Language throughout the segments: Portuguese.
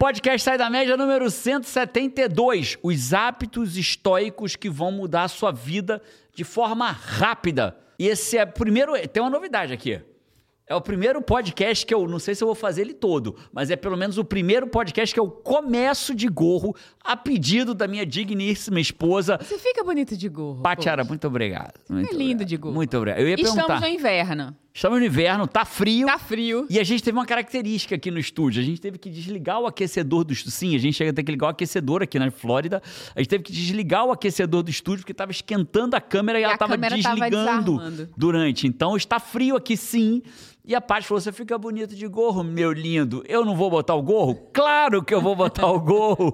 podcast Sai da Média número 172. Os hábitos estoicos que vão mudar a sua vida de forma rápida. E esse é o primeiro... Tem uma novidade aqui. É o primeiro podcast que eu... Não sei se eu vou fazer ele todo, mas é pelo menos o primeiro podcast que eu começo de gorro a pedido da minha digníssima esposa. Você fica bonito de gorro. Patiara, muito obrigado. Muito lindo obrigado. de gorro. Muito obrigado. Eu ia perguntar... Estamos no inverno. Estamos no inverno, tá frio. Tá frio. E a gente teve uma característica aqui no estúdio. A gente teve que desligar o aquecedor do estúdio. Sim, a gente chega a ter que ligar o aquecedor aqui na Flórida. A gente teve que desligar o aquecedor do estúdio porque estava esquentando a câmera e ela estava desligando durante. Então está frio aqui sim. E a Paty falou, você fica bonito de gorro, meu lindo. Eu não vou botar o gorro? Claro que eu vou botar o gorro.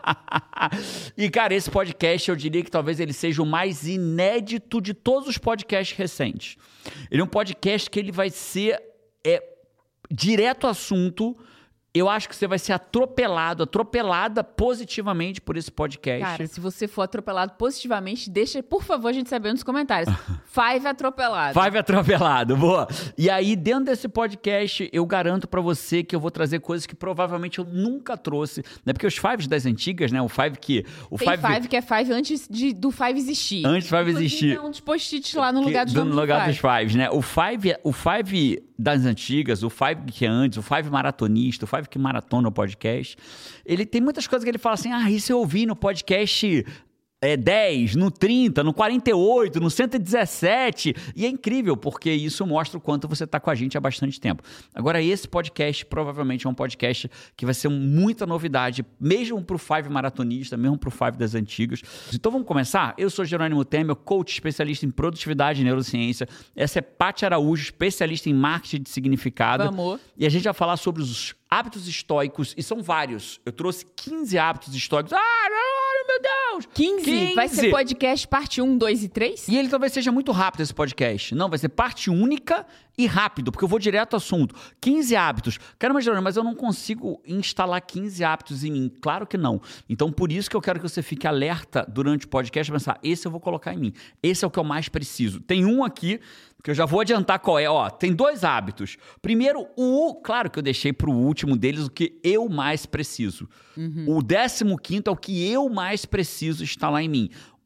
E, cara, esse podcast, eu diria que talvez ele seja o mais inédito de todos os podcasts recentes. Ele é um podcast que ele vai ser direto ao assunto. Eu acho que você vai ser atropelada positivamente por esse podcast. Cara, se você for atropelado positivamente, deixa, por favor, a gente saber nos comentários. Five atropelado. Five atropelado, boa. E aí, dentro desse podcast, eu garanto pra você que eu vou trazer coisas que provavelmente eu nunca trouxe. Né? Porque os Fives das antigas, né? O Five que... Tem Five que é Five antes do Five existir. Antes do Five existir. Tem um dos post-its lá no lugar dos nomes do lugar dos Five. Fives, né? O Five das antigas, o Five que é antes, o Five maratonista, o Five que maratona o podcast, ele tem muitas coisas que ele fala assim, isso eu ouvi no podcast 10, no 30, no 48, no 117, e é incrível, porque isso mostra o quanto você está com a gente há bastante tempo. Agora, esse podcast provavelmente é um podcast que vai ser muita novidade, mesmo para o Five maratonista, mesmo para o Five das antigas. Então vamos começar? Eu sou Jerônimo Temer, coach especialista em produtividade e neurociência. Essa é Paty Araújo, especialista em marketing de significado. Vamos. E a gente vai falar sobre os hábitos estoicos, e são vários. Eu trouxe 15 hábitos estoicos. Meu Deus! 15? Vai ser podcast parte 1, 2 e 3? E ele talvez seja muito rápido, esse podcast. Não, vai ser parte única e rápido, porque eu vou direto ao assunto. 15 hábitos. Caramba, Jerônimo, mas eu não consigo instalar 15 hábitos em mim. Claro que não. Então, por isso que eu quero que você fique alerta durante o podcast e pensar, esse eu vou colocar em mim. Esse é o que eu mais preciso. Tem um aqui que eu já vou adiantar qual é. Tem 2 hábitos. Primeiro, claro que eu deixei para o último deles o que eu mais preciso. Uhum. O 15º é o que eu mais preciso instalar em mim.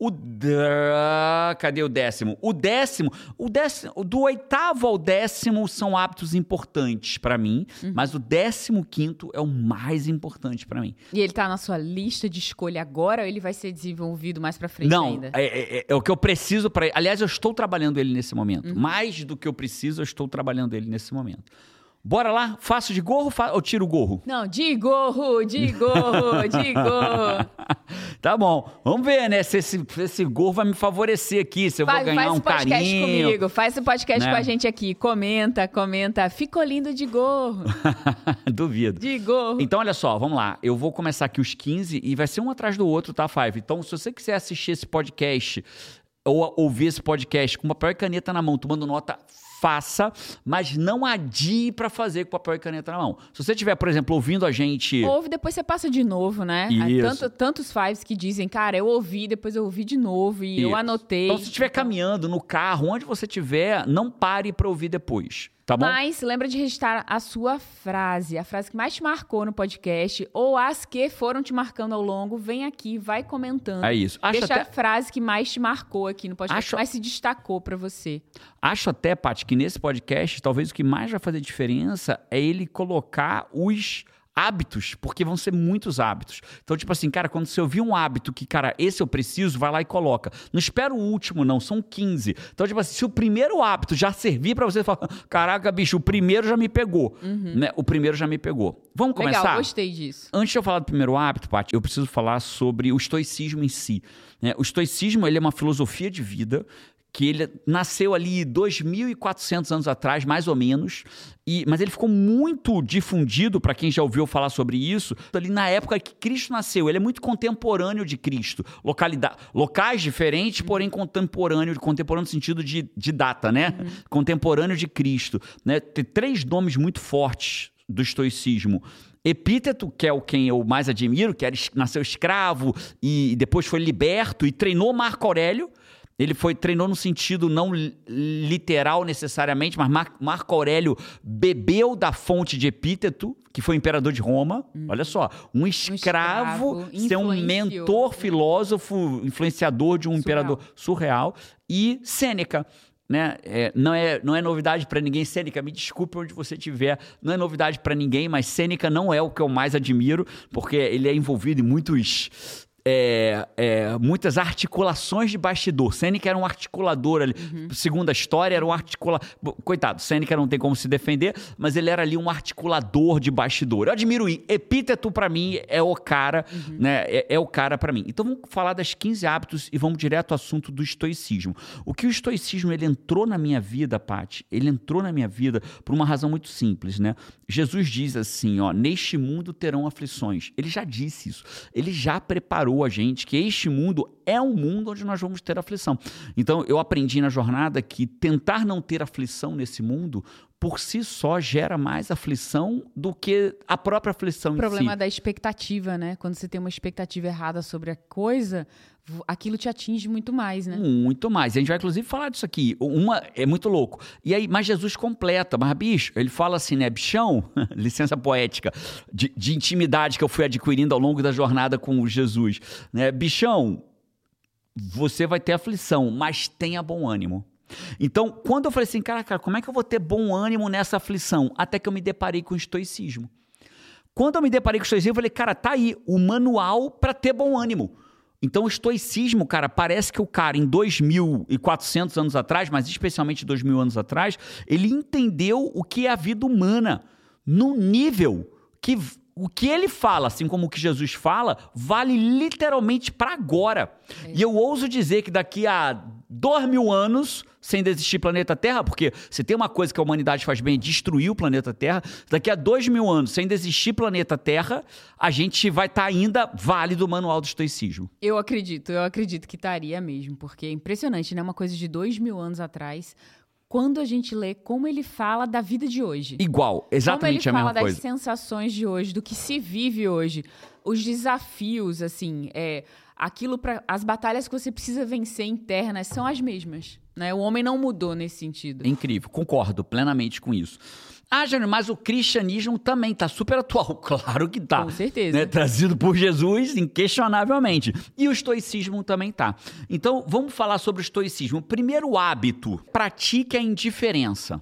Cadê o 10º? O décimo, do 8º ao 10º são hábitos importantes para mim, mas o 15º é o mais importante para mim. E ele tá na sua lista de escolha agora ou ele vai ser desenvolvido mais para frente ainda? Não, é o que eu preciso para ele. Aliás, eu estou trabalhando ele nesse momento. Mais do que eu preciso, eu estou trabalhando ele nesse momento. Bora lá? Faço de gorro ou tiro o gorro? Não, de gorro. Tá bom. Vamos ver, né? Se esse gorro vai me favorecer aqui, se eu vou ganhar um carinho. Faz o podcast comigo, faz o podcast com a gente aqui. Comenta. Ficou lindo de gorro. Duvido. De gorro. Então, olha só, vamos lá. Eu vou começar aqui os 15 e vai ser um atrás do outro, tá, Five? Então, se você quiser assistir esse podcast ou ouvir esse podcast com papel e caneta na mão, tomando nota, faça, mas não adie para fazer com papel e caneta na mão. Se você estiver, por exemplo, ouvindo a gente... Ouve, depois você passa de novo, né? Isso. Tantos Fives que dizem, cara, eu ouvi, depois eu ouvi de novo e eu anotei. Então, se estiver caminhando no carro, onde você estiver, não pare para ouvir depois. Tá bom? Mas lembra de registrar a sua frase, a frase que mais te marcou no podcast, ou as que foram te marcando ao longo, vem aqui, vai comentando. É isso. Deixa a frase que mais te marcou aqui no podcast, que mais se destacou pra você. Acho até, Paty, que nesse podcast, talvez o que mais vai fazer diferença é ele colocar os hábitos, porque vão ser muitos hábitos. Então, tipo assim, cara, quando você ouvir um hábito que, cara, esse eu preciso, vai lá e coloca. Não espera o último, não, são 15. Então, tipo assim, se o primeiro hábito já servir pra você falar, caraca, bicho, o primeiro já me pegou, né? O primeiro já me pegou. Vamos começar? Legal, gostei disso. Antes de eu falar do primeiro hábito, Paty, eu preciso falar sobre o estoicismo em si. Né? O estoicismo, ele é uma filosofia de vida que ele nasceu ali 2.400 anos atrás, mais ou menos, mas ele ficou muito difundido, para quem já ouviu falar sobre isso, ali na época que Cristo nasceu. Ele é muito contemporâneo de Cristo. Locais diferentes, porém contemporâneo no sentido de data, né? Contemporâneo de Cristo. Né? Tem 3 nomes muito fortes do estoicismo. Epíteto, que é quem eu mais admiro, que nasceu escravo e depois foi liberto e treinou Marco Aurélio. Ele treinou no sentido não literal necessariamente, mas Marco Aurélio bebeu da fonte de Epíteto, que foi o imperador de Roma. Olha só, um escravo ser um mentor, filósofo, influenciador de um imperador surreal. E Sêneca, né? Não é novidade para ninguém. Sêneca, me desculpe onde você estiver, não é novidade para ninguém, mas Sêneca não é o que eu mais admiro, porque ele é envolvido em muitas articulações de bastidor. Sêneca era um articulador ali. Segundo a história, era um articulador. Coitado, Sêneca não tem como se defender, mas ele era ali um articulador de bastidor. Eu admiro Epíteto, para mim, é o cara, né? É o cara para mim. Então vamos falar das 15 hábitos e vamos direto ao assunto do estoicismo. O que o estoicismo, ele entrou na minha vida, Paty? Ele entrou na minha vida por uma razão muito simples, né? Jesus diz assim, ó, neste mundo terão aflições. Ele já disse isso. Ele já preparou a gente que este mundo é um mundo onde nós vamos ter aflição. Então, eu aprendi na jornada que tentar não ter aflição nesse mundo, por si só, gera mais aflição do que a própria aflição em si. O problema da expectativa, né? Quando você tem uma expectativa errada sobre a coisa, aquilo te atinge muito mais, né? Muito mais. A gente vai, inclusive, falar disso aqui. É muito louco. E aí, mas Jesus completa. Mas, bicho, ele fala assim, né? Bichão, licença poética, de intimidade que eu fui adquirindo ao longo da jornada com Jesus. Né? Bichão, você vai ter aflição, mas tenha bom ânimo. Então, quando eu falei assim, cara, como é que eu vou ter bom ânimo nessa aflição? Até que eu me deparei com o estoicismo. Quando eu me deparei com o estoicismo, eu falei, cara, tá aí o manual para ter bom ânimo. Então, o estoicismo, cara, parece que o cara, em 2.400 anos atrás, mas especialmente 2.000 anos atrás, ele entendeu o que é a vida humana, num nível que o que ele fala, assim como o que Jesus fala, vale literalmente para agora. E eu ouso dizer que daqui a 2.000 anos, sem desistir planeta Terra, porque se tem uma coisa que a humanidade faz bem é destruir o planeta Terra, daqui a 2.000 anos, sem desistir planeta Terra, a gente vai estar ainda válido o manual do estoicismo. Eu acredito que estaria mesmo, porque é impressionante, né? Uma coisa de 2.000 anos atrás, quando a gente lê como ele fala da vida de hoje. Igual, exatamente a mesma coisa. Como ele fala das sensações de hoje, do que se vive hoje, os desafios, assim, as batalhas que você precisa vencer internas são as mesmas, né? O homem não mudou nesse sentido. É incrível, concordo plenamente com isso. Jânio, mas o cristianismo também está super atual. Claro que está. Com certeza. Né? Trazido por Jesus, inquestionavelmente. E o estoicismo também está. Então, vamos falar sobre o estoicismo. Primeiro hábito, pratique a indiferença.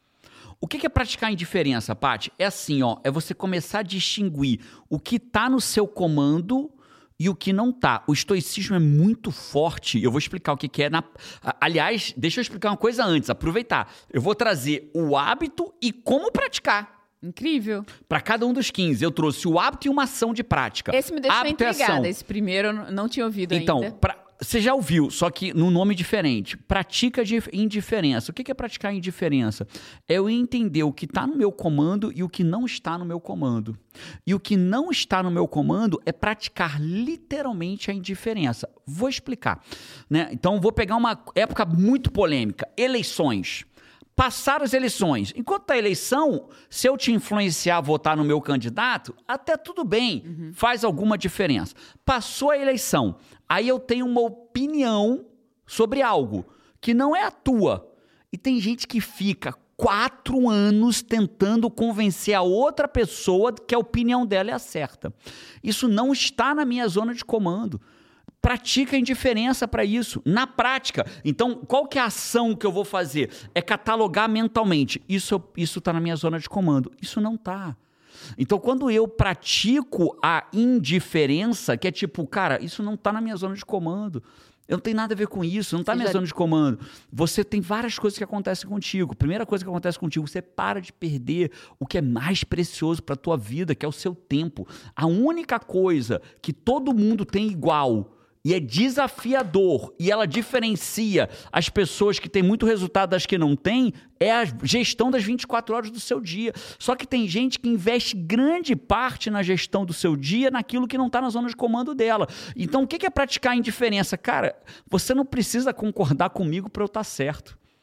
O que é praticar a indiferença, Paty? É assim, ó, é você começar a distinguir o que está no seu comando e o que não tá. O estoicismo é muito forte. Eu vou explicar o que é. Aliás, deixa eu explicar uma coisa antes, aproveitar. Eu vou trazer o hábito e como praticar. Incrível. Para cada um dos 15, eu trouxe o hábito e uma ação de prática. Esse me deixou intrigada. Esse primeiro eu não tinha ouvido ainda. Então, você já ouviu, só que num nome diferente. Pratica de indiferença. O que é praticar indiferença? É eu entender o que está no meu comando e o que não está no meu comando. E o que não está no meu comando é praticar literalmente a indiferença. Vou explicar. Né? Então, vou pegar uma época muito polêmica. Eleições. Passar as eleições. Enquanto tá a eleição, se eu te influenciar a votar no meu candidato, até tudo bem, faz alguma diferença. Passou a eleição, aí eu tenho uma opinião sobre algo que não é a tua. E tem gente que fica 4 anos tentando convencer a outra pessoa que a opinião dela é a certa. Isso não está na minha zona de comando. Pratica a indiferença para isso, na prática. Então, qual que é a ação que eu vou fazer? É catalogar mentalmente. Isso está na minha zona de comando. Isso não está. Então, quando eu pratico a indiferença, que é tipo, cara, isso não está na minha zona de comando. Eu não tenho nada a ver com isso, não está na minha zona de comando. Você tem várias coisas que acontecem contigo. Primeira coisa que acontece contigo, você para de perder o que é mais precioso para a tua vida, que é o seu tempo. A única coisa que todo mundo tem igual e é desafiador, e ela diferencia as pessoas que têm muito resultado das que não têm, é a gestão das 24 horas do seu dia. Só que tem gente que investe grande parte na gestão do seu dia naquilo que não está na zona de comando dela. Então, o que é praticar a indiferença? Cara, você não precisa concordar comigo para eu estar certo.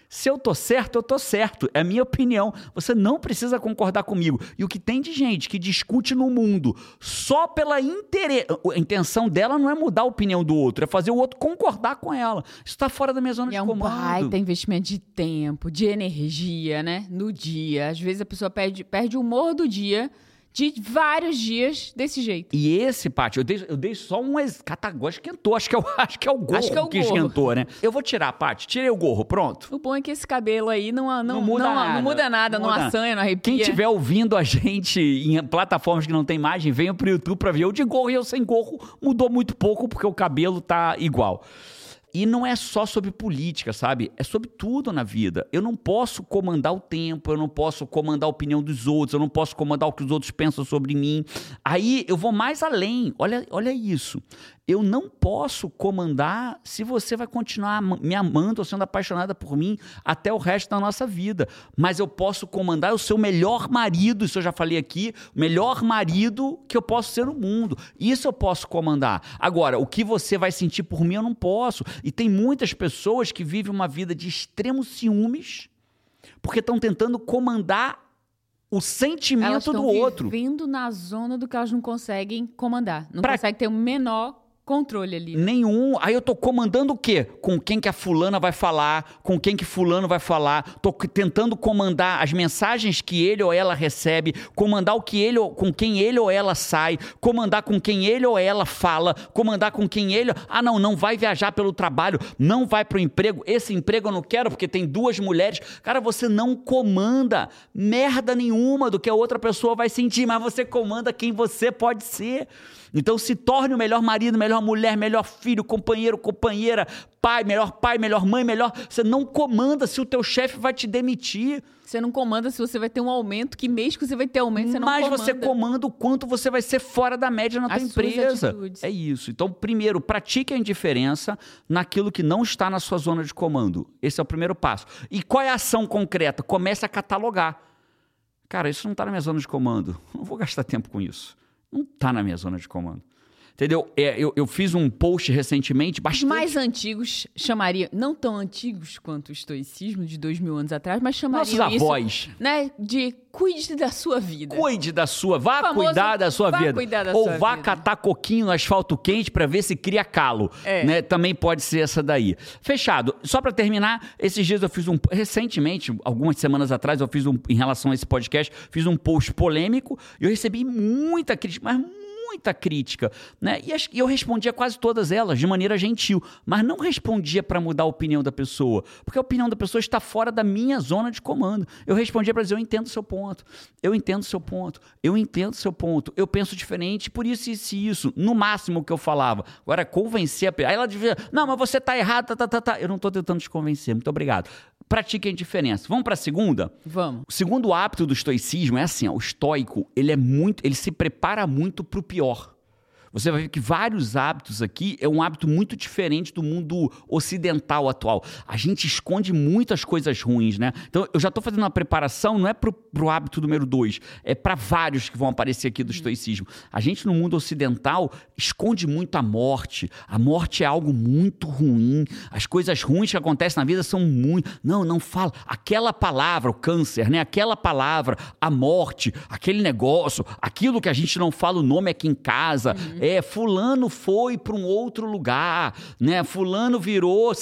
Se eu tô certo, eu tô certo. É a minha opinião. Você não precisa concordar comigo. E o que tem de gente que discute no mundo só pela interesse... A intenção dela não é mudar a opinião do outro, é fazer o outro concordar com ela. Isso tá fora da minha zona de comando. É um baita investimento de tempo, de energia, né? No dia. Às vezes a pessoa perde o humor do dia... de vários dias desse jeito. E esse, Paty, eu dei só um... Agora esquentou. Acho que é o gorro que esquentou, né? Eu vou tirar, Paty. Tirei o gorro, pronto. O bom é que esse cabelo aí não muda nada, não assanha, não arrepia. Quem estiver ouvindo a gente em plataformas que não tem imagem, venha pro YouTube pra ver. Eu de gorro e eu sem gorro mudou muito pouco, porque o cabelo tá igual. E não é só sobre política, sabe? É sobre tudo na vida. Eu não posso comandar o tempo, eu não posso comandar a opinião dos outros, eu não posso comandar o que os outros pensam sobre mim. Aí eu vou mais além. Olha isso. Eu não posso comandar se você vai continuar me amando ou sendo apaixonada por mim até o resto da nossa vida. Mas eu posso comandar o seu melhor marido, isso eu já falei aqui, o melhor marido que eu posso ser no mundo. Isso eu posso comandar. Agora, o que você vai sentir por mim, eu não posso. E tem muitas pessoas que vivem uma vida de extremos ciúmes porque estão tentando comandar o sentimento do outro. Elas estão vivendo na zona do que elas não conseguem comandar. Não conseguem ter o menor controle ali. Nenhum. Aí eu tô comandando o quê? Com quem que a fulana vai falar, com quem que fulano vai falar. Tô tentando comandar as mensagens que ele ou ela recebe, comandar com quem ele ou ela sai, comandar com quem ele ou ela fala, comandar com quem ele... não vai viajar pelo trabalho, não vai pro emprego. Esse emprego eu não quero porque tem 2 mulheres. Cara, você não comanda merda nenhuma do que a outra pessoa vai sentir, mas você comanda quem você pode ser. Então se torne o melhor marido, melhor mulher, melhor filho, companheiro, companheira, pai, melhor mãe, melhor... Você não comanda se o teu chefe vai te demitir. Você não comanda se você vai ter um aumento, que mês que você vai ter aumento, você não comanda. Mas você comanda o quanto você vai ser fora da média na tua empresa. É isso. Então, primeiro, pratique a indiferença naquilo que não está na sua zona de comando. Esse é o primeiro passo. E qual é a ação concreta? Comece a catalogar. Cara, isso não está na minha zona de comando. Não vou gastar tempo com isso. Não está na minha zona de comando. Entendeu? Eu fiz um post recentemente bastante... Os mais antigos chamariam... Não tão antigos quanto o estoicismo de 2000 anos atrás, mas chamariam nossos avós, isso, né? De cuide da sua vida. Cuide da sua... Vá cuidar da sua vida. Ou vá catar coquinho no asfalto quente para ver se cria calo. Né? Também pode ser essa daí. Fechado. Só para terminar, esses dias eu fiz recentemente, algumas semanas atrás, eu fiz em relação a esse podcast, fiz um post polêmico e eu recebi muita crítica, mas muita crítica, né? E eu respondia quase todas elas de maneira gentil, mas não respondia para mudar a opinião da pessoa, porque a opinião da pessoa está fora da minha zona de comando. Eu respondia para dizer, eu entendo o seu ponto, eu entendo o seu ponto, eu entendo o seu ponto, eu penso diferente, por isso e isso, no máximo o que eu falava. Agora, convencer a pessoa, aí ela devia, não, mas você tá errado, eu não tô tentando te convencer, muito obrigado. Pratique a indiferença. Vamos para a segunda? Vamos. O segundo hábito do estoicismo é assim, ó, o estoico, ele se prepara muito para o pior. Você vai ver que vários hábitos aqui é um hábito muito diferente do mundo ocidental atual. A gente esconde muitas coisas ruins, né? Então, eu já estou fazendo uma preparação, não é pro hábito número 2, é para vários que vão aparecer aqui do estoicismo. A gente, no mundo ocidental, esconde muito a morte. A morte é algo muito ruim. As coisas ruins que acontecem na vida são muito... Não fala. Aquela palavra, o câncer, né? Aquela palavra, a morte, aquele negócio, aquilo que a gente não fala o nome aqui em casa... fulano foi para um outro lugar, né? Fulano virou,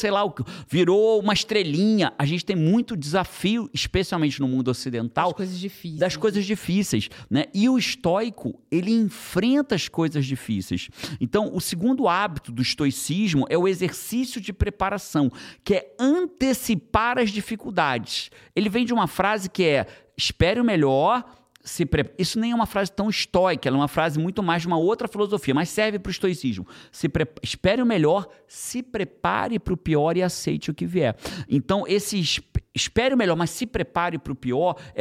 virou uma estrelinha. A gente tem muito desafio, especialmente no mundo ocidental, das coisas difíceis, né? E o estoico, ele enfrenta as coisas difíceis. Então, o segundo hábito do estoicismo é o exercício de preparação, que é antecipar as dificuldades. Ele vem de uma frase que é: espere o melhor. Isso nem é uma frase tão estoica, ela é uma frase muito mais de uma outra filosofia, mas serve para o estoicismo. Espere o melhor, se prepare para o pior e aceite o que vier. Então, espere o melhor, mas se prepare para o pior é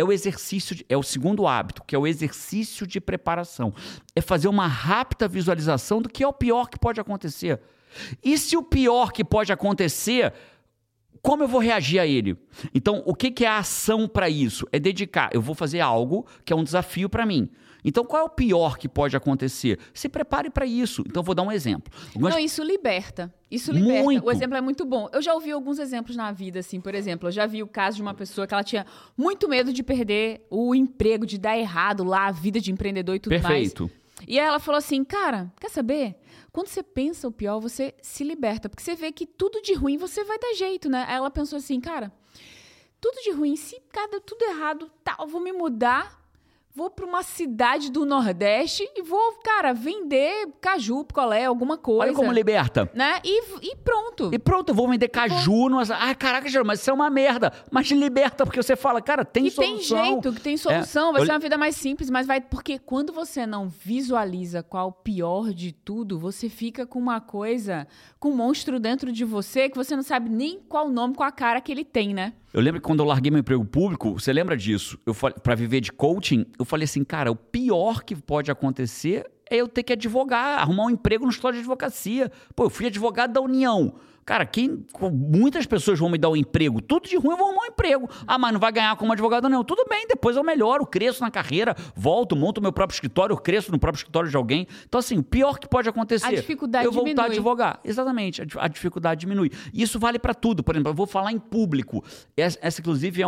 o segundo hábito, que é o exercício de preparação. É fazer uma rápida visualização do que é o pior que pode acontecer. E se o pior que pode acontecer... Como eu vou reagir a ele? Então, o que é a ação para isso? É dedicar. Eu vou fazer algo que é um desafio para mim. Então, qual é o pior que pode acontecer? Se prepare para isso. Então, vou dar um exemplo. Não, isso liberta. Isso liberta. Muito. O exemplo é muito bom. Eu já ouvi alguns exemplos na vida, assim, por exemplo, eu já vi o caso de uma pessoa que ela tinha muito medo de perder o emprego, de dar errado lá, a vida de empreendedor e tudo mais. Perfeito. E aí ela falou assim, cara, quer saber? Quando você pensa o pior, você se liberta. Porque você vê que tudo de ruim você vai dar jeito, né? Aí ela pensou assim, cara, tudo de ruim, se cada tudo errado, eu vou me mudar, vou para uma cidade do Nordeste e vou, cara, vender caju, picolé, alguma coisa. Olha como liberta. Né? E pronto. E pronto, eu vou vender caju. Caraca, Jerônimo, mas isso é uma merda. Mas liberta, porque você fala, cara, tem solução. Que tem jeito, que tem solução. Vai ser uma vida mais simples, mas vai... Porque quando você não visualiza qual o pior de tudo, você fica com uma coisa, com um monstro dentro de você que você não sabe nem qual nome, qual a cara que ele tem, né? Eu lembro que quando eu larguei meu emprego público, você lembra disso? Para viver de coaching, eu falei assim, cara, o pior que pode acontecer é eu ter que advogar, arrumar um emprego no escritório de advocacia. Pô, eu fui advogado da União. Cara, muitas pessoas vão me dar um emprego. Tudo de ruim eu vou arrumar um emprego. Ah, mas não vai ganhar como advogado, não. Tudo bem, depois eu melhoro, cresço na carreira, volto, monto meu próprio escritório, eu cresço no próprio escritório de alguém. Então, assim, o pior que pode acontecer... A dificuldade eu voltar diminui. a advogar. Exatamente, a dificuldade diminui. E isso vale para tudo. Por exemplo, eu vou falar em público. Essa inclusive,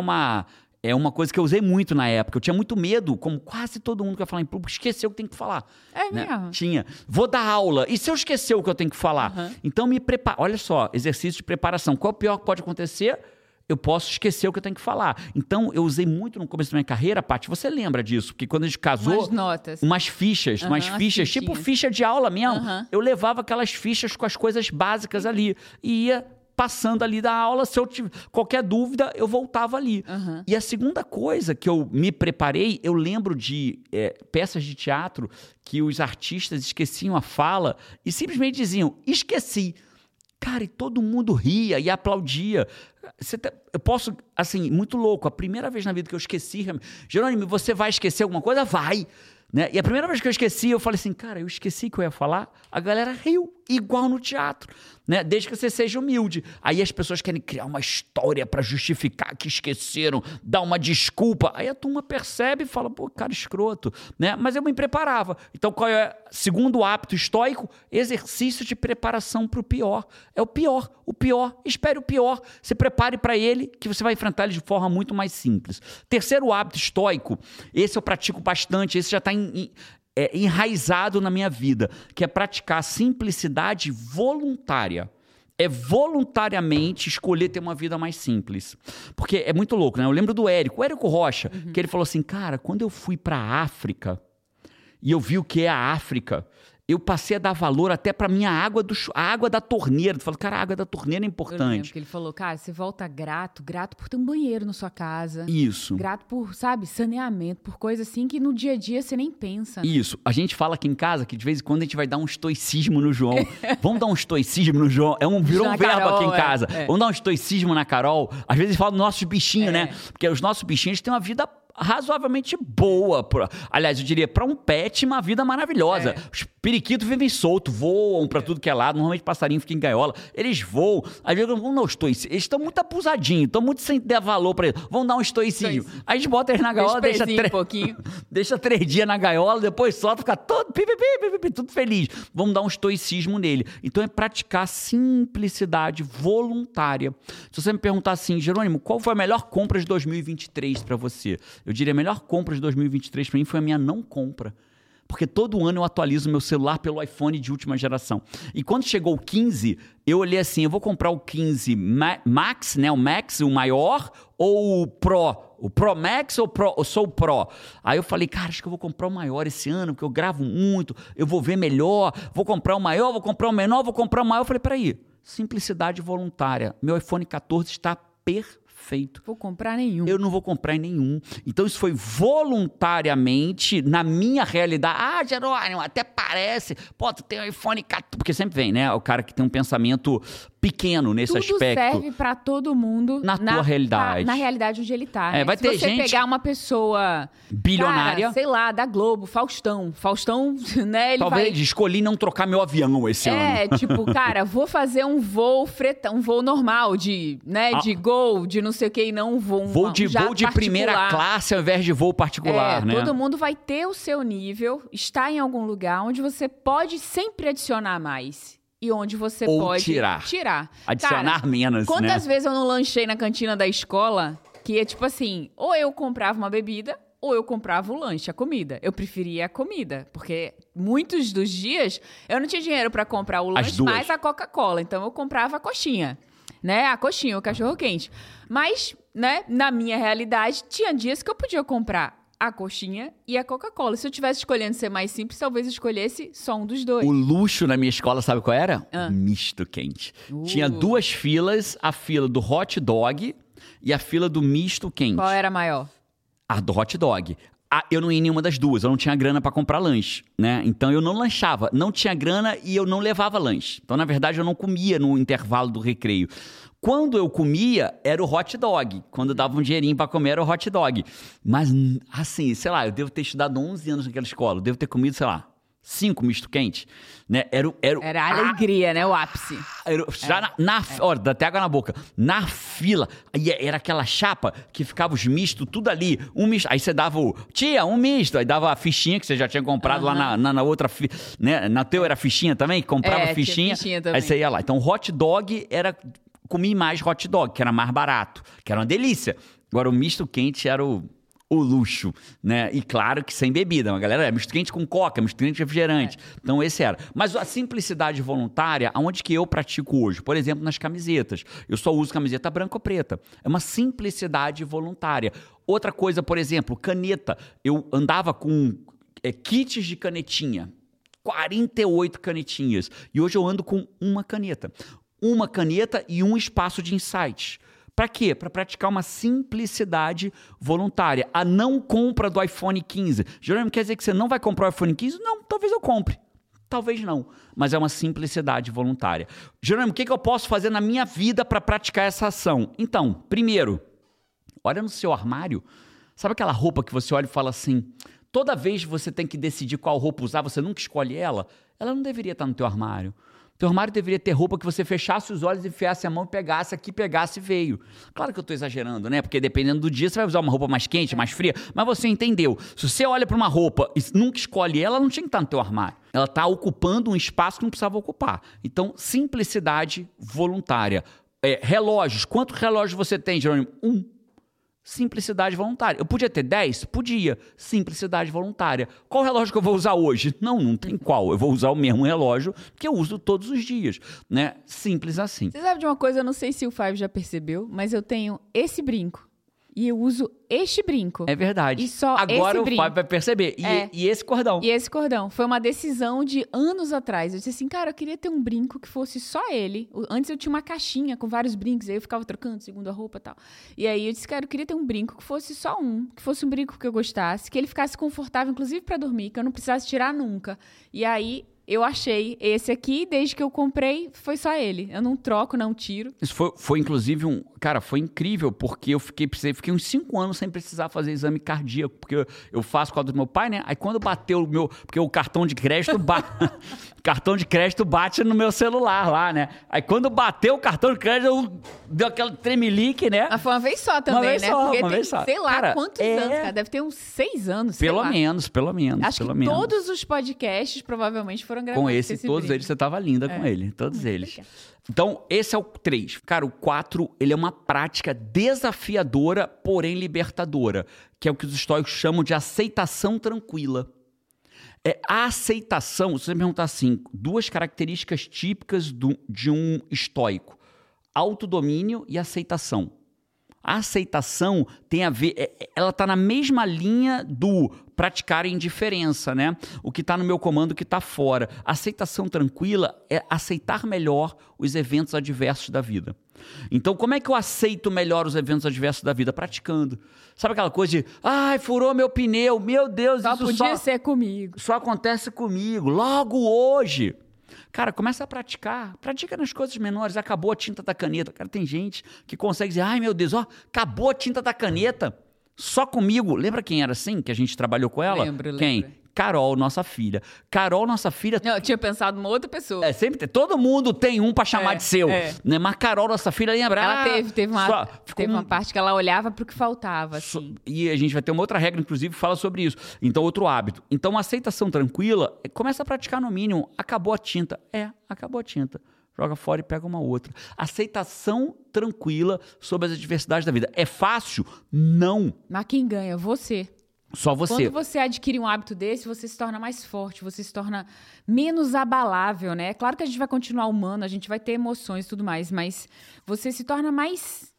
é uma coisa que eu usei muito na época. Eu tinha muito medo, como quase todo mundo que vai falar em público, esquecer o que tem que falar. É né? mesmo? Tinha. Vou dar aula. E se eu esquecer o que eu tenho que falar? Uhum. Então, me prepara. Olha só, exercício de preparação. Qual é o pior que pode acontecer? Eu posso esquecer o que eu tenho que falar. Então, eu usei muito no começo da minha carreira, Paty, você lembra disso? Porque quando a gente casou... Umas notas. Umas fichas, tipo ficha de aula mesmo. Eu levava aquelas fichas com as coisas básicas ali. E ia... passando ali da aula, se eu tiver qualquer dúvida, eu voltava ali. E a segunda coisa que eu me preparei, eu lembro de peças de teatro que os artistas esqueciam a fala e simplesmente diziam, esqueci. Cara, e todo mundo ria e aplaudia. Eu posso, assim, muito louco, a primeira vez na vida que eu esqueci, Jerônimo, você vai esquecer alguma coisa? Vai! Né? E a primeira vez que eu esqueci, eu falei assim, cara, eu esqueci que eu ia falar, a galera riu, igual no teatro, né? Desde que você seja humilde. Aí as pessoas querem criar uma história para justificar que esqueceram, dar uma desculpa. Aí a turma percebe e fala, pô, cara escroto, né? Mas eu me preparava. Então, qual é o segundo hábito estoico? Exercício de preparação para o pior. É o pior, espere o pior, se prepare para ele, que você vai enfrentar ele de forma muito mais simples. Terceiro hábito estoico, esse eu pratico bastante, esse já está enraizado na minha vida, que é praticar simplicidade voluntária. É voluntariamente escolher ter uma vida mais simples. Porque é muito louco, né? Eu lembro do Érico Rocha, que ele falou assim, cara, quando eu fui para a África e eu vi o que é a África, eu passei a dar valor até para minha água, a água da torneira. Tu fala, cara, a água da torneira é importante. Eu lembro que ele falou, cara, você volta grato por ter um banheiro na sua casa. Isso. Grato por, sabe, saneamento, por coisa assim que no dia a dia você nem pensa. Né? Isso. A gente fala aqui em casa que de vez em quando a gente vai dar um estoicismo no João. Vamos dar um estoicismo no João. Virou um verbo Carol, aqui em casa. Vamos dar um estoicismo na Carol. Às vezes fala dos nossos bichinhos, né? Porque os nossos bichinhos têm uma vida razoavelmente boa. Aliás, eu diria, para um pet, uma vida maravilhosa. Os periquitos vivem solto, voam para tudo que é lado. Normalmente passarinho fica em gaiola. Eles voam. Às vezes vamos dar um estoicismo. Eles estão muito abusadinhos, estão muito sem dar valor para eles. Vamos dar um estoicismo. Aí a gente bota eles na gaiola, deixa 3 dias na gaiola, depois solta, fica todo tudo feliz. Vamos dar um estoicismo nele. Então é praticar simplicidade voluntária. Se você me perguntar assim, Jerônimo, qual foi a melhor compra de 2023 para você? Eu diria, a melhor compra de 2023 para mim foi a minha não compra. Porque todo ano eu atualizo meu celular pelo iPhone de última geração. E quando chegou o 15, eu olhei assim, eu vou comprar o 15 Max, né? O Max, o maior, ou o Pro? O Pro Max ou eu sou o Pro? Aí eu falei, cara, acho que eu vou comprar o maior esse ano, porque eu gravo muito, eu vou ver melhor, vou comprar o maior, vou comprar o menor, vou comprar o maior. Eu falei, peraí, simplicidade voluntária. Meu iPhone 14 está perfeito. Vou comprar nenhum. Eu não vou comprar em nenhum. Então isso foi voluntariamente na minha realidade. Ah, Jerônimo, até parece. Pô, tu tem um iPhone 14. Porque sempre vem, né? O cara que tem um pensamento pequeno nesse Tudo aspecto. serve pra todo mundo. Na tua realidade. Na realidade onde ele tá. Né? Vai ter Se você gente pegar uma pessoa... bilionária. Cara, sei lá, da Globo, Faustão, né? Ele Talvez escolhi não trocar meu avião esse ano. Tipo, cara, vou fazer um voo um voo normal de, né, de Gol, de não sei o que, e não um voo... Voo de primeira classe ao invés de voo particular, né? Todo mundo vai ter o seu nível, está em algum lugar onde você pode sempre adicionar mais. E onde você pode tirar. Adicionar cara, menos, quantas vezes eu não lanchei na cantina da escola que é tipo assim, ou eu comprava uma bebida ou eu comprava o lanche, a comida. Eu preferia a comida, porque muitos dos dias eu não tinha dinheiro para comprar o lanche mais a Coca-Cola. Então eu comprava a coxinha, né? A coxinha, o cachorro-quente. Mas, né, na minha realidade, tinha dias que eu podia comprar a coxinha e a Coca-Cola. Se eu tivesse escolhendo ser mais simples, talvez eu escolhesse só um dos dois. O luxo na minha escola, sabe qual era? Misto quente. Tinha 2 filas, a fila do hot dog e a fila do misto quente. Qual era a maior? A do hot dog. Eu não ia em nenhuma das duas, eu não tinha grana pra comprar lanche, né? Então eu não lanchava, não tinha grana e eu não levava lanche. Então, na verdade, eu não comia no intervalo do recreio. Quando eu comia, era o hot dog. Quando dava um dinheirinho pra comer, era o hot dog. Mas, assim, sei lá, eu devo ter estudado 11 anos naquela escola. Eu devo ter comido, sei lá, 5 misto quente, né? Era a alegria, né? O ápice. Olha, dá até água na boca. Na fila, era aquela chapa que ficava os mistos, tudo ali. Um misto. Aí você dava um misto. Aí dava a fichinha que você já tinha comprado lá na outra fila. Né? Na teu era fichinha também? Comprava fichinha. Também. Aí você ia lá. Então, hot dog comi mais hot dog, que era mais barato, que era uma delícia. Agora, o misto quente era o luxo, né? E claro que sem bebida. Uma galera, misto quente com coca, misto quente com refrigerante. Então, esse era. Mas a simplicidade voluntária, aonde que eu pratico hoje? Por exemplo, nas camisetas. Eu só uso camiseta branca ou preta. É uma simplicidade voluntária. Outra coisa, por exemplo, caneta. Eu andava com kits de canetinha. 48 canetinhas. E hoje eu ando com uma caneta. Uma caneta e um espaço de insights. Para quê? Para praticar uma simplicidade voluntária. A não compra do iPhone 15. Jerônimo, quer dizer que você não vai comprar o iPhone 15? Não, talvez eu compre. Talvez não. Mas é uma simplicidade voluntária. Jerônimo, o que eu posso fazer na minha vida para praticar essa ação? Então, primeiro, olha no seu armário. Sabe aquela roupa que você olha e fala assim... Toda vez que você tem que decidir qual roupa usar, você nunca escolhe ela? Ela não deveria estar no teu armário. Teu armário deveria ter roupa que você fechasse os olhos, enfiasse a mão, pegasse e veio. Claro que eu estou exagerando, né? Porque dependendo do dia, você vai usar uma roupa mais quente, mais fria. Mas você entendeu. Se você olha para uma roupa e nunca escolhe ela, não tinha que estar no teu armário. Ela está ocupando um espaço que não precisava ocupar. Então, simplicidade voluntária. Relógios. Quantos relógios você tem, Jerônimo? 1. Simplicidade voluntária. Eu podia ter 10? Podia. Simplicidade voluntária. Qual relógio que eu vou usar hoje? Não tem qual. Eu vou usar o mesmo relógio que eu uso todos os dias, né? Simples assim. Você sabe de uma coisa, eu não sei se o Fábio já percebeu, mas eu tenho esse brinco. E eu uso este brinco. É verdade. E só agora esse o brinco. Fábio vai perceber. E esse cordão. E esse cordão. Foi uma decisão de anos atrás. Eu disse assim, cara, eu queria ter um brinco que fosse só ele. Antes eu tinha uma caixinha com vários brincos, aí eu ficava trocando segundo a roupa e tal. E aí eu disse, cara, eu queria ter um brinco que fosse só um. Que fosse um brinco que eu gostasse, que ele ficasse confortável, inclusive pra dormir, que eu não precisasse tirar nunca. E aí... eu achei esse aqui, desde que eu comprei, foi só ele. Eu não troco, não tiro. Isso foi inclusive Cara, foi incrível, porque eu fiquei uns 5 anos sem precisar fazer exame cardíaco, porque eu faço com a do meu pai, né? Aí quando bateu porque o cartão de crédito bate no meu celular lá, né? Aí quando bateu o cartão de crédito, deu aquela tremelique, né? Mas foi uma vez só também, né? Porque tem, só. Sei lá, cara, quantos anos, cara. Deve ter uns 6 anos, pelo menos. Acho que todos os podcasts provavelmente foram gravados com esse todos brinco. Eles, você tava linda com ele. Todos eles. Legal. Então, esse é o 3. Cara, o 4, ele é uma prática desafiadora, porém libertadora, que é o que os estoicos chamam de aceitação tranquila. A aceitação, se você me perguntar assim, 2 características típicas de um estoico: autodomínio e aceitação. A aceitação tem a ver, ela está na mesma linha do praticar indiferença, né? O que está no meu comando, o que está fora. A aceitação tranquila é aceitar melhor os eventos adversos da vida. Então, como é que eu aceito melhor os eventos adversos da vida? Praticando. Sabe aquela coisa de, furou meu pneu, meu Deus, isso podia ser comigo. Só acontece comigo, logo hoje. Cara, começa a praticar. Pratica nas coisas menores. Acabou a tinta da caneta. Cara, tem gente que consegue dizer, ai meu Deus, acabou a tinta da caneta. Só comigo. Lembra quem era assim, que a gente trabalhou com ela? Lembro. Quem? Carol, nossa filha. Carol, nossa filha... Não, eu tinha pensado numa outra pessoa. Sempre tem. Todo mundo tem um pra chamar de seu. Né? Mas Carol, nossa filha, lembra? Ela teve uma parte que ela olhava pro que faltava. Assim. E a gente vai ter uma outra regra, inclusive, que fala sobre isso. Então, outro hábito. Então, uma aceitação tranquila, começa a praticar no mínimo. Acabou a tinta. Acabou a tinta. Joga fora e pega uma outra. Aceitação tranquila sobre as adversidades da vida. É fácil? Não. Mas quem ganha? Você. Só você. Quando você adquire um hábito desse, você se torna mais forte, você se torna menos abalável, né? É claro que a gente vai continuar humano, a gente vai ter emoções e tudo mais, mas você se torna mais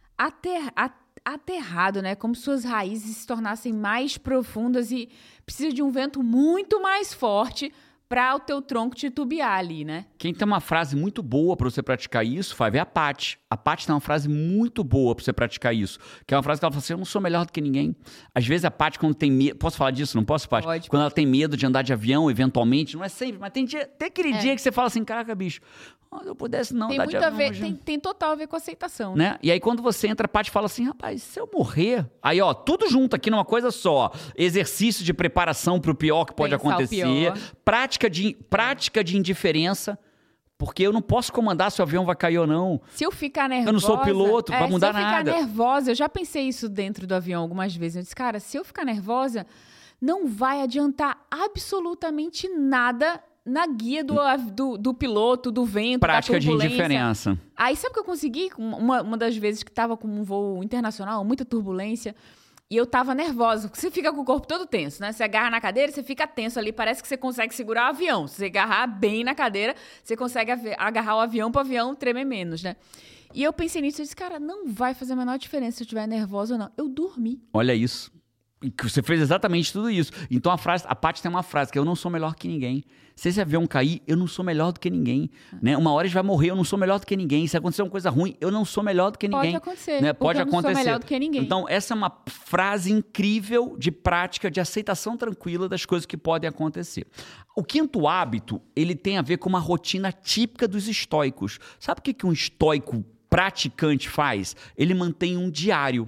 aterrado, né? Como se suas raízes se tornassem mais profundas e precisa de um vento muito mais forte para o teu tronco titubear ali, né? Quem tem uma frase muito boa para você praticar isso, Fábio, é a Paty. A Paty tem uma frase muito boa para você praticar isso. Que é uma frase que ela fala assim, eu não sou melhor do que ninguém. Às vezes a Paty, quando tem medo... Posso falar disso? Não posso, Paty? Pode. Quando ela tem medo de andar de avião, eventualmente, não é sempre, mas tem aquele dia que você fala assim, caraca, bicho, se eu pudesse não andar de avião... Tem total a ver com aceitação. Né? E aí quando você entra, a Paty fala assim, rapaz, se eu morrer... Aí, tudo junto aqui numa coisa só. Exercício de preparação pro pior que pode acontecer. Prática de indiferença. Porque eu não posso comandar se o avião vai cair ou não. Se eu ficar nervosa... Eu não sou piloto, vai mudar nada. Se eu ficar nervosa, eu já pensei isso dentro do avião algumas vezes. Eu disse, cara, se eu ficar nervosa, não vai adiantar absolutamente nada na guia do piloto, do vento, prática da turbulência. De indiferença. Aí sabe o que eu consegui? Uma das vezes que estava com um voo internacional, muita turbulência... E eu tava nervosa, porque você fica com o corpo todo tenso, né? Você agarra na cadeira, você fica tenso ali, parece que você consegue segurar o avião. Se você agarrar bem na cadeira, você consegue agarrar o avião para o avião tremer menos, né? E eu pensei nisso, eu disse, cara, não vai fazer a menor diferença se eu estiver nervosa ou não. Eu dormi. Olha isso. E você fez exatamente tudo isso. Então a Paty tem uma frase que eu não sou melhor que ninguém. Se esse avião cair, eu não sou melhor do que ninguém. Né? Uma hora a gente vai morrer, eu não sou melhor do que ninguém. Se acontecer uma coisa ruim, eu não sou melhor do que ninguém. Pode acontecer. Né? Pode acontecer. Eu não sou melhor do que ninguém. Então essa é uma frase incrível de prática, de aceitação tranquila das coisas que podem acontecer. O quinto hábito, ele tem a ver com uma rotina típica dos estoicos. Sabe o que um estoico praticante faz? Ele mantém um diário.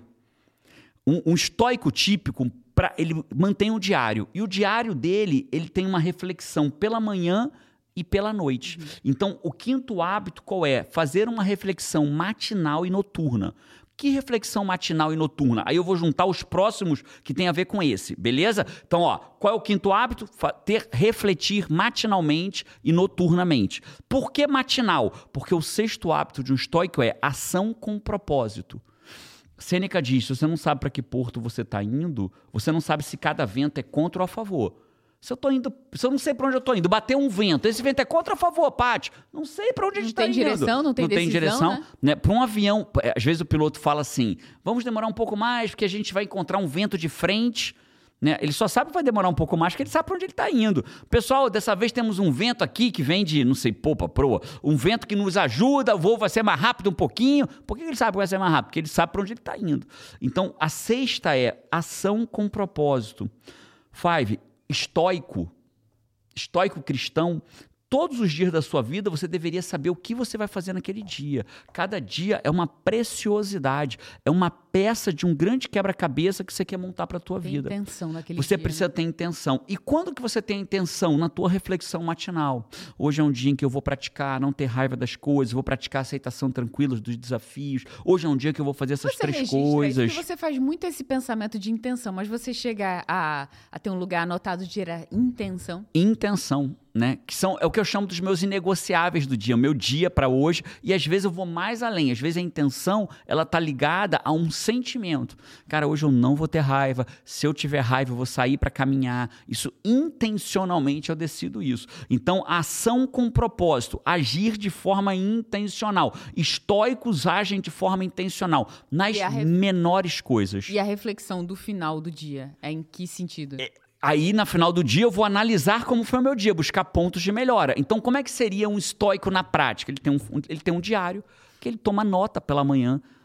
Um estoico típico, ele mantém um diário. E o diário dele, ele tem uma reflexão pela manhã e pela noite. Então, o quinto hábito qual é? Fazer uma reflexão matinal e noturna. Que reflexão matinal e noturna? Aí eu vou juntar os próximos que tem a ver com esse, beleza? Então, qual é o quinto hábito? Refletir matinalmente e noturnamente. Por que matinal? Porque o sexto hábito de um estoico é ação com propósito. Sêneca diz, se você não sabe para que porto você está indo, você não sabe se cada vento é contra ou a favor. Se eu não sei para onde eu estou indo, bateu um vento, esse vento é contra ou a favor, Paty? Não sei para onde a gente está indo. Não tem direção, né? Para um avião, às vezes o piloto fala assim, vamos demorar um pouco mais porque a gente vai encontrar um vento de frente. Né? Ele só sabe que vai demorar um pouco mais porque ele sabe para onde ele está indo. Pessoal, dessa vez temos um vento aqui que vem de, não sei, popa, proa. Um vento que nos ajuda, o voo vai ser mais rápido um pouquinho. Por que ele sabe que vai ser mais rápido? Porque ele sabe para onde ele está indo. Então, a sexta é ação com propósito. 5, estoico cristão. Todos os dias da sua vida, você deveria saber o que você vai fazer naquele dia. Cada dia é uma preciosidade, é uma peça de um grande quebra-cabeça que você quer montar para a tua vida. Tem intenção naquele dia. Você dia, precisa ter intenção. E quando que você tem intenção? Na tua reflexão matinal. Hoje é um dia em que eu vou praticar não ter raiva das coisas, vou praticar aceitação tranquila dos desafios. Hoje é um dia que eu vou fazer essas três coisas. Isso, você faz muito esse pensamento de intenção, mas você chega a ter um lugar anotado de intenção? Intenção. Né? Que é o que eu chamo dos meus inegociáveis do dia, o meu dia para hoje, e às vezes eu vou mais além, às vezes a intenção ela tá ligada a um sentimento. Cara, hoje eu não vou ter raiva, se eu tiver raiva eu vou sair para caminhar, isso intencionalmente eu decido isso. Então, ação com propósito, agir de forma intencional. Estoicos agem de forma intencional, nas menores coisas. E a reflexão do final do dia, é em que sentido? Aí, no final do dia, eu vou analisar como foi o meu dia, buscar pontos de melhora. Então, como é que seria um estoico na prática? Ele tem um diário que ele toma nota pela manhã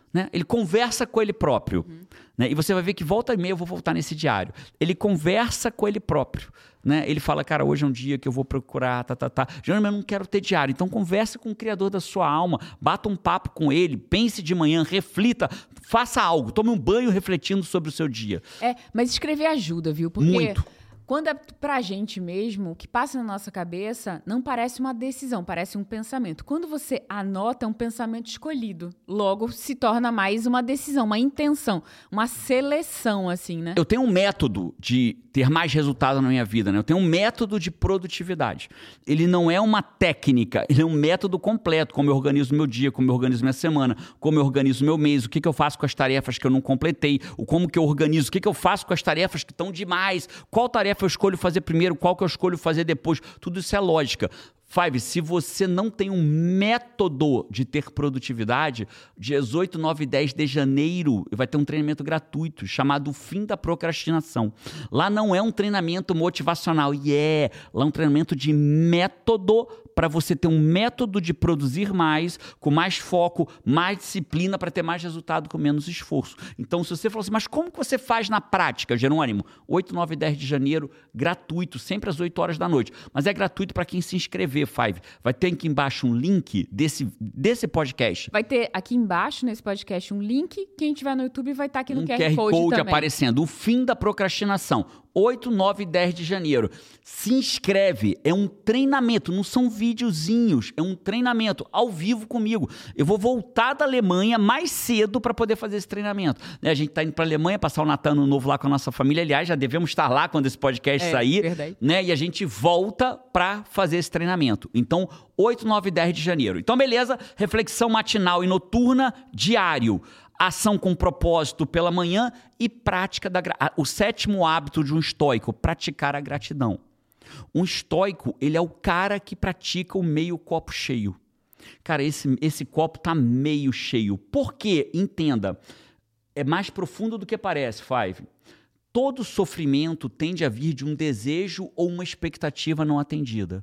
Né? Ele conversa com ele próprio. Né? E você vai ver que volta e meia eu vou voltar nesse diário. Ele conversa com ele próprio. Né? Ele fala, cara, hoje é um dia que eu vou procurar, Jerônimo, eu não quero ter diário. Então converse com o criador da sua alma, bata um papo com ele, pense de manhã, reflita, faça algo, tome um banho refletindo sobre o seu dia. Mas escrever ajuda, viu? Porque muito. Quando é pra gente mesmo, o que passa na nossa cabeça não parece uma decisão, parece um pensamento. Quando você anota, é um pensamento escolhido. Logo, se torna mais uma decisão, uma intenção, uma seleção, assim, né? Eu tenho um método de ter mais resultado na minha vida, né? Eu tenho um método de produtividade. Ele não é uma técnica, ele é um método completo. Como eu organizo meu dia, como eu organizo minha semana, como eu organizo meu mês, o que eu faço com as tarefas que eu não completei, como que eu organizo, o que eu faço com as tarefas que estão demais, qual tarefa eu escolho fazer primeiro, qual que eu escolho fazer depois. Tudo isso é lógica. Five, se você não tem um método de ter produtividade, dias 8, 9 e 10 de janeiro vai ter um treinamento gratuito chamado Fim da Procrastinação. Lá não é um treinamento motivacional, lá é um treinamento de método para você ter um método de produzir mais, com mais foco, mais disciplina, para ter mais resultado com menos esforço. Então, se você falar assim, mas como que você faz na prática, Jerônimo? 8, 9 e 10 de janeiro, gratuito, sempre às 8 horas da noite. Mas é gratuito para quem se inscrever, Five. Vai ter aqui embaixo um link desse podcast. Vai ter aqui embaixo, nesse podcast, um link. Quem estiver no YouTube vai estar aqui no QR Code também. Aparecendo. O Fim da Procrastinação. 8, 9 e 10 de janeiro. Se inscreve. É um treinamento. Não são videozinhos. É um treinamento ao vivo comigo. Eu vou voltar da Alemanha mais cedo para poder fazer esse treinamento. Né? A gente está indo para a Alemanha, passar o Natal Ano Novo lá com a nossa família. Aliás, já devemos estar lá quando esse podcast sair. Verdade. Né? E a gente volta para fazer esse treinamento. Então, 8, 9 e 10 de janeiro. Então, beleza. Reflexão matinal e noturna, diário. Ação com propósito pela manhã e prática da gratidão. O 7º hábito de um estoico, praticar a gratidão. Um estoico, ele é o cara que pratica o meio copo cheio. Cara, esse copo tá meio cheio. Por quê? Entenda, é mais profundo do que parece, Five. Todo sofrimento tende a vir de um desejo ou uma expectativa não atendida.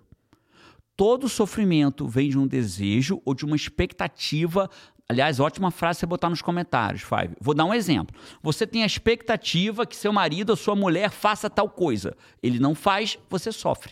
Todo sofrimento vem de um desejo ou de uma expectativa. Aliás, ótima frase você botar nos comentários, Five. Vou dar um exemplo. Você tem a expectativa que seu marido ou sua mulher faça tal coisa. Ele não faz, você sofre.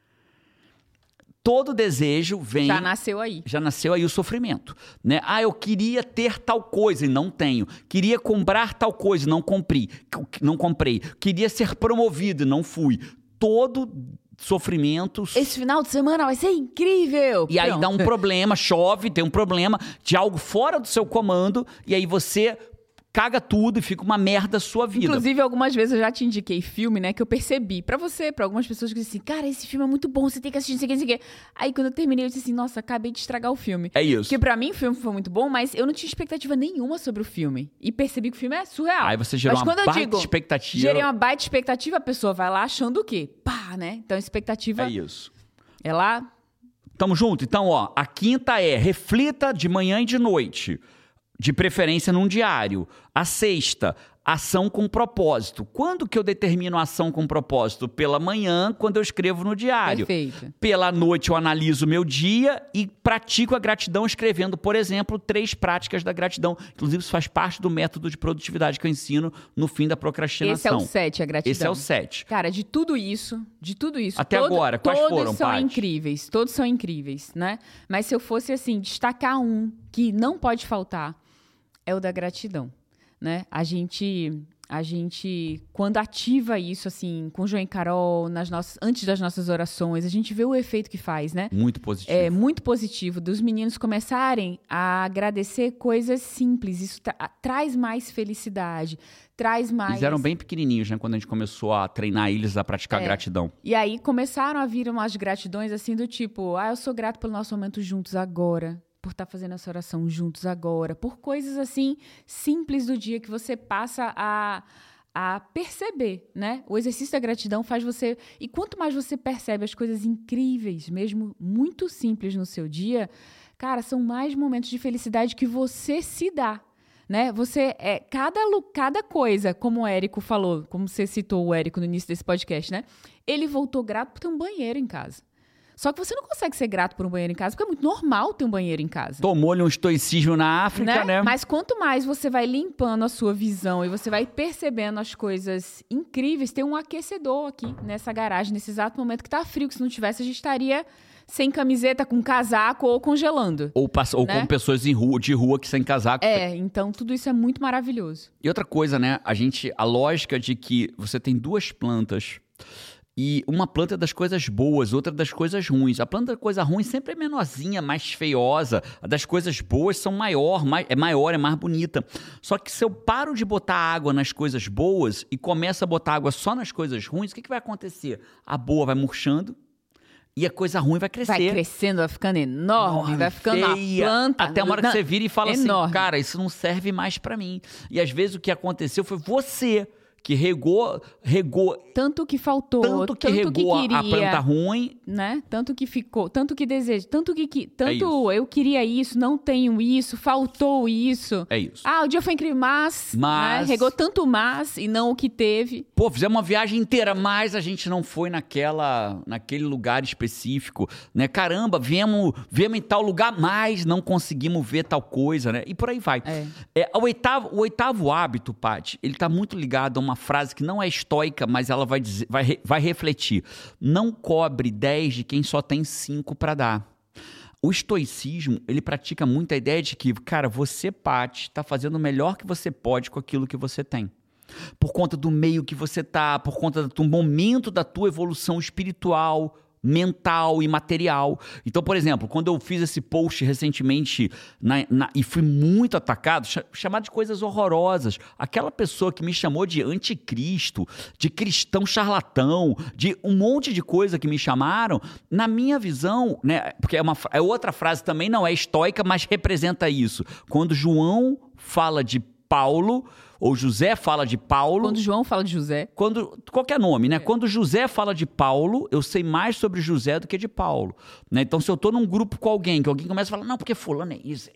Todo desejo vem... Já nasceu aí o sofrimento. Né? Eu queria ter tal coisa e não tenho. Queria comprar tal coisa e não comprei. Queria ser promovido e não fui. Todo sofrimentos. Esse final de semana vai ser incrível! E aí dá um problema, chove, tem um problema de algo fora do seu comando, e aí você caga tudo e fica uma merda a sua vida. Inclusive, algumas vezes eu já te indiquei filme, né, que eu percebi. Pra você, pra algumas pessoas que dizem assim, cara, esse filme é muito bom, você tem que assistir, não sei o que. Aí quando eu terminei, eu disse assim, nossa, acabei de estragar o filme. É isso. Porque pra mim o filme foi muito bom, mas eu não tinha expectativa nenhuma sobre o filme. E percebi que o filme é surreal. Aí você gerou uma baita expectativa. Gerei uma baita expectativa, a pessoa vai lá achando o quê? Pá, né? Então a expectativa... É isso. É lá... Tamo junto? Então, ó, a quinta é reflita de manhã e de noite. De preferência num diário. A sexta, ação com propósito. Quando que eu determino a ação com propósito? Pela manhã, quando eu escrevo no diário. Perfeito. Pela noite eu analiso o meu dia e pratico a gratidão escrevendo, por exemplo, 3 práticas da gratidão. Inclusive, isso faz parte do método de produtividade que eu ensino no Fim da Procrastinação. Esse é o 7, a gratidão. Esse é o 7. Cara, de tudo isso... Até agora, quais foram, Todos são incríveis, né? Mas se eu fosse, assim, destacar um que não pode faltar, é o da gratidão, né? A gente, quando ativa isso, assim, com o João e Carol, antes das nossas orações, a gente vê o efeito que faz, né? Muito positivo. É muito positivo, dos meninos começarem a agradecer coisas simples. Isso traz mais felicidade, traz mais... Eles eram bem pequenininhos, né? Quando a gente começou a treinar eles a praticar gratidão. E aí começaram a vir umas gratidões, assim, do tipo, eu sou grato pelo nosso momento juntos agora, por estar fazendo essa oração juntos agora, por coisas assim simples do dia que você passa a perceber, né? O exercício da gratidão faz você... E quanto mais você percebe as coisas incríveis, mesmo muito simples no seu dia, cara, são mais momentos de felicidade que você se dá, né? Você cada coisa, como o Érico falou, como você citou o Érico no início desse podcast, né? Ele voltou grato por ter um banheiro em casa. Só que você não consegue ser grato por um banheiro em casa, porque é muito normal ter um banheiro em casa. Tomou-lhe um estoicismo na África, né? Mas quanto mais você vai limpando a sua visão e você vai percebendo as coisas incríveis, tem um aquecedor aqui nessa garagem, nesse exato momento que tá frio, que se não tivesse a gente estaria sem camiseta, com casaco ou congelando. Ou com pessoas de rua que sem casaco. Então tudo isso é muito maravilhoso. E outra coisa, né? A lógica de que você tem duas plantas e uma planta é das coisas boas, outra das coisas ruins. A planta da coisa ruim sempre é menorzinha, mais feiosa. A das coisas boas são é mais bonita. Só que se eu paro de botar água nas coisas boas e começo a botar água só nas coisas ruins, o que vai acontecer? A boa vai murchando e a coisa ruim vai crescer. Vai crescendo, vai ficando enorme, vai ficando feia, uma planta. Até uma hora que você vira e fala enorme. assim, cara, isso não serve mais pra mim. E às vezes o que aconteceu foi você que regou tanto que faltou, tanto que regou que queria, a planta ruim, né? Tanto que ficou, tanto que deseja, tanto eu queria isso, não tenho isso, faltou isso. É isso. O dia foi incrível, mas né? Regou tanto mas e não o que teve. Pô, fizemos uma viagem inteira, mas a gente não foi naquele lugar específico, né? Caramba, viemos em tal lugar, mas não conseguimos ver tal coisa, né? E por aí vai. O oitavo hábito, Paty, ele tá muito ligado a uma frase que não é estoica, mas ela vai refletir. Não cobre 10 de quem só tem 5 para dar. O estoicismo, ele pratica muito a ideia de que, cara, você, Paty, está fazendo o melhor que você pode com aquilo que você tem. Por conta do meio que você tá, por conta do momento da tua evolução espiritual, mental e material. Então, por exemplo, quando eu fiz esse post recentemente e fui muito atacado, chamado de coisas horrorosas, aquela pessoa que me chamou de anticristo, de cristão charlatão, de um monte de coisa que me chamaram, na minha visão, né, porque é outra frase também, não é estoica, mas representa isso. Quando João fala de Paulo, ou José fala de Paulo... Quando João fala de José... Qualquer nome, né? Quando José fala de Paulo, eu sei mais sobre José do que de Paulo. Né? Então, se eu tô num grupo com alguém, que alguém começa a falar, não, porque fulano é isso.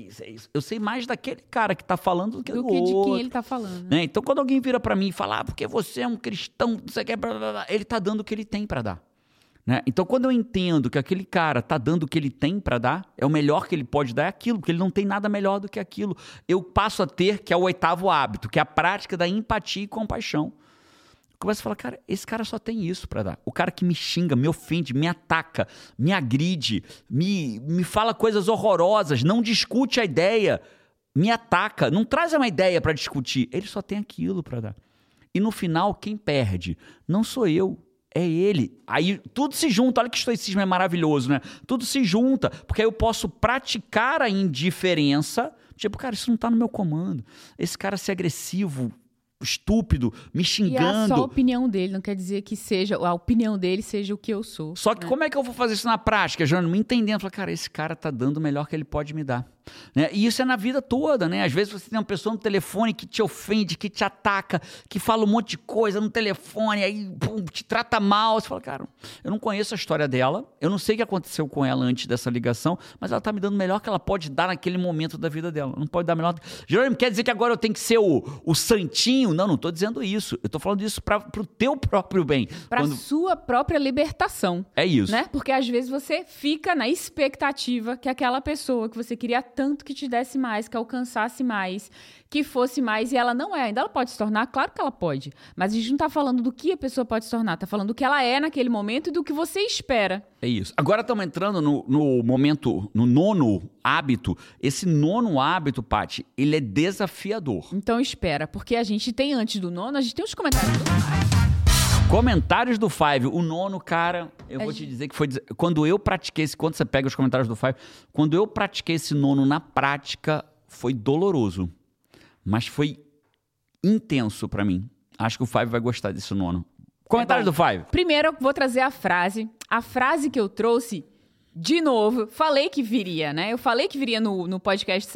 Eu sei mais daquele cara que tá falando do que do outro. De quem ele tá falando. Né? Então, quando alguém vira pra mim e fala, porque você é um cristão, não sei o que, ele tá dando o que ele tem pra dar. Né? Então, quando eu entendo que aquele cara está dando o que ele tem para dar, é o melhor que ele pode dar, é aquilo, porque ele não tem nada melhor do que aquilo. Eu passo a ter, que é o oitavo hábito, que é a prática da empatia e compaixão. Eu começo a falar, cara, esse cara só tem isso para dar. O cara que me xinga, me ofende, me ataca, me agride, me fala coisas horrorosas, não discute a ideia, me ataca, não traz uma ideia para discutir. Ele só tem aquilo para dar. E no final, quem perde não sou eu. É ele. Aí tudo se junta. Olha que estoicismo é maravilhoso, né? Tudo se junta. Porque aí eu posso praticar a indiferença. Tipo, cara, isso não tá no meu comando. Esse cara ser agressivo, estúpido, me xingando. E é só a opinião dele. Não quer dizer que a opinião dele seja o que eu sou. Só que como é que eu vou fazer isso na prática, Jônio? Me entendendo. Falar, cara, esse cara tá dando o melhor que ele pode me dar. Né? E isso é na vida toda, né? Às vezes você tem uma pessoa no telefone que te ofende, que te ataca, que fala um monte de coisa no telefone, aí te trata mal. Você fala, cara, eu não conheço a história dela, eu não sei o que aconteceu com ela antes dessa ligação, mas ela tá me dando o melhor que ela pode dar naquele momento da vida dela. Não pode dar melhor. Jerônimo, quer dizer que agora eu tenho que ser o santinho? Não tô dizendo isso. Eu tô falando isso pro teu próprio bem. Pra sua própria libertação. É isso. Né? Porque às vezes você fica na expectativa que aquela pessoa que você queria tanto que te desse mais, que alcançasse mais, que fosse mais, e ela não é. Ainda ela pode se tornar? Claro que ela pode. Mas a gente não tá falando do que a pessoa pode se tornar, tá falando do que ela é naquele momento e do que você espera. É isso. Agora estamos entrando no momento, no nono hábito. Esse nono hábito, Paty, ele é desafiador. Então espera, porque a gente tem, antes do nono, a gente tem os comentários do Five. Comentários do Five. O nono, cara, eu vou te dizer que foi... Quando eu pratiquei quando você pega os comentários do Five, quando eu pratiquei esse nono na prática, foi doloroso. Mas foi intenso pra mim. Acho que o Five vai gostar desse nono. Comentários do Five. Primeiro, eu vou trazer a frase. A frase que eu trouxe, de novo, falei que viria, né? Eu falei que viria no podcast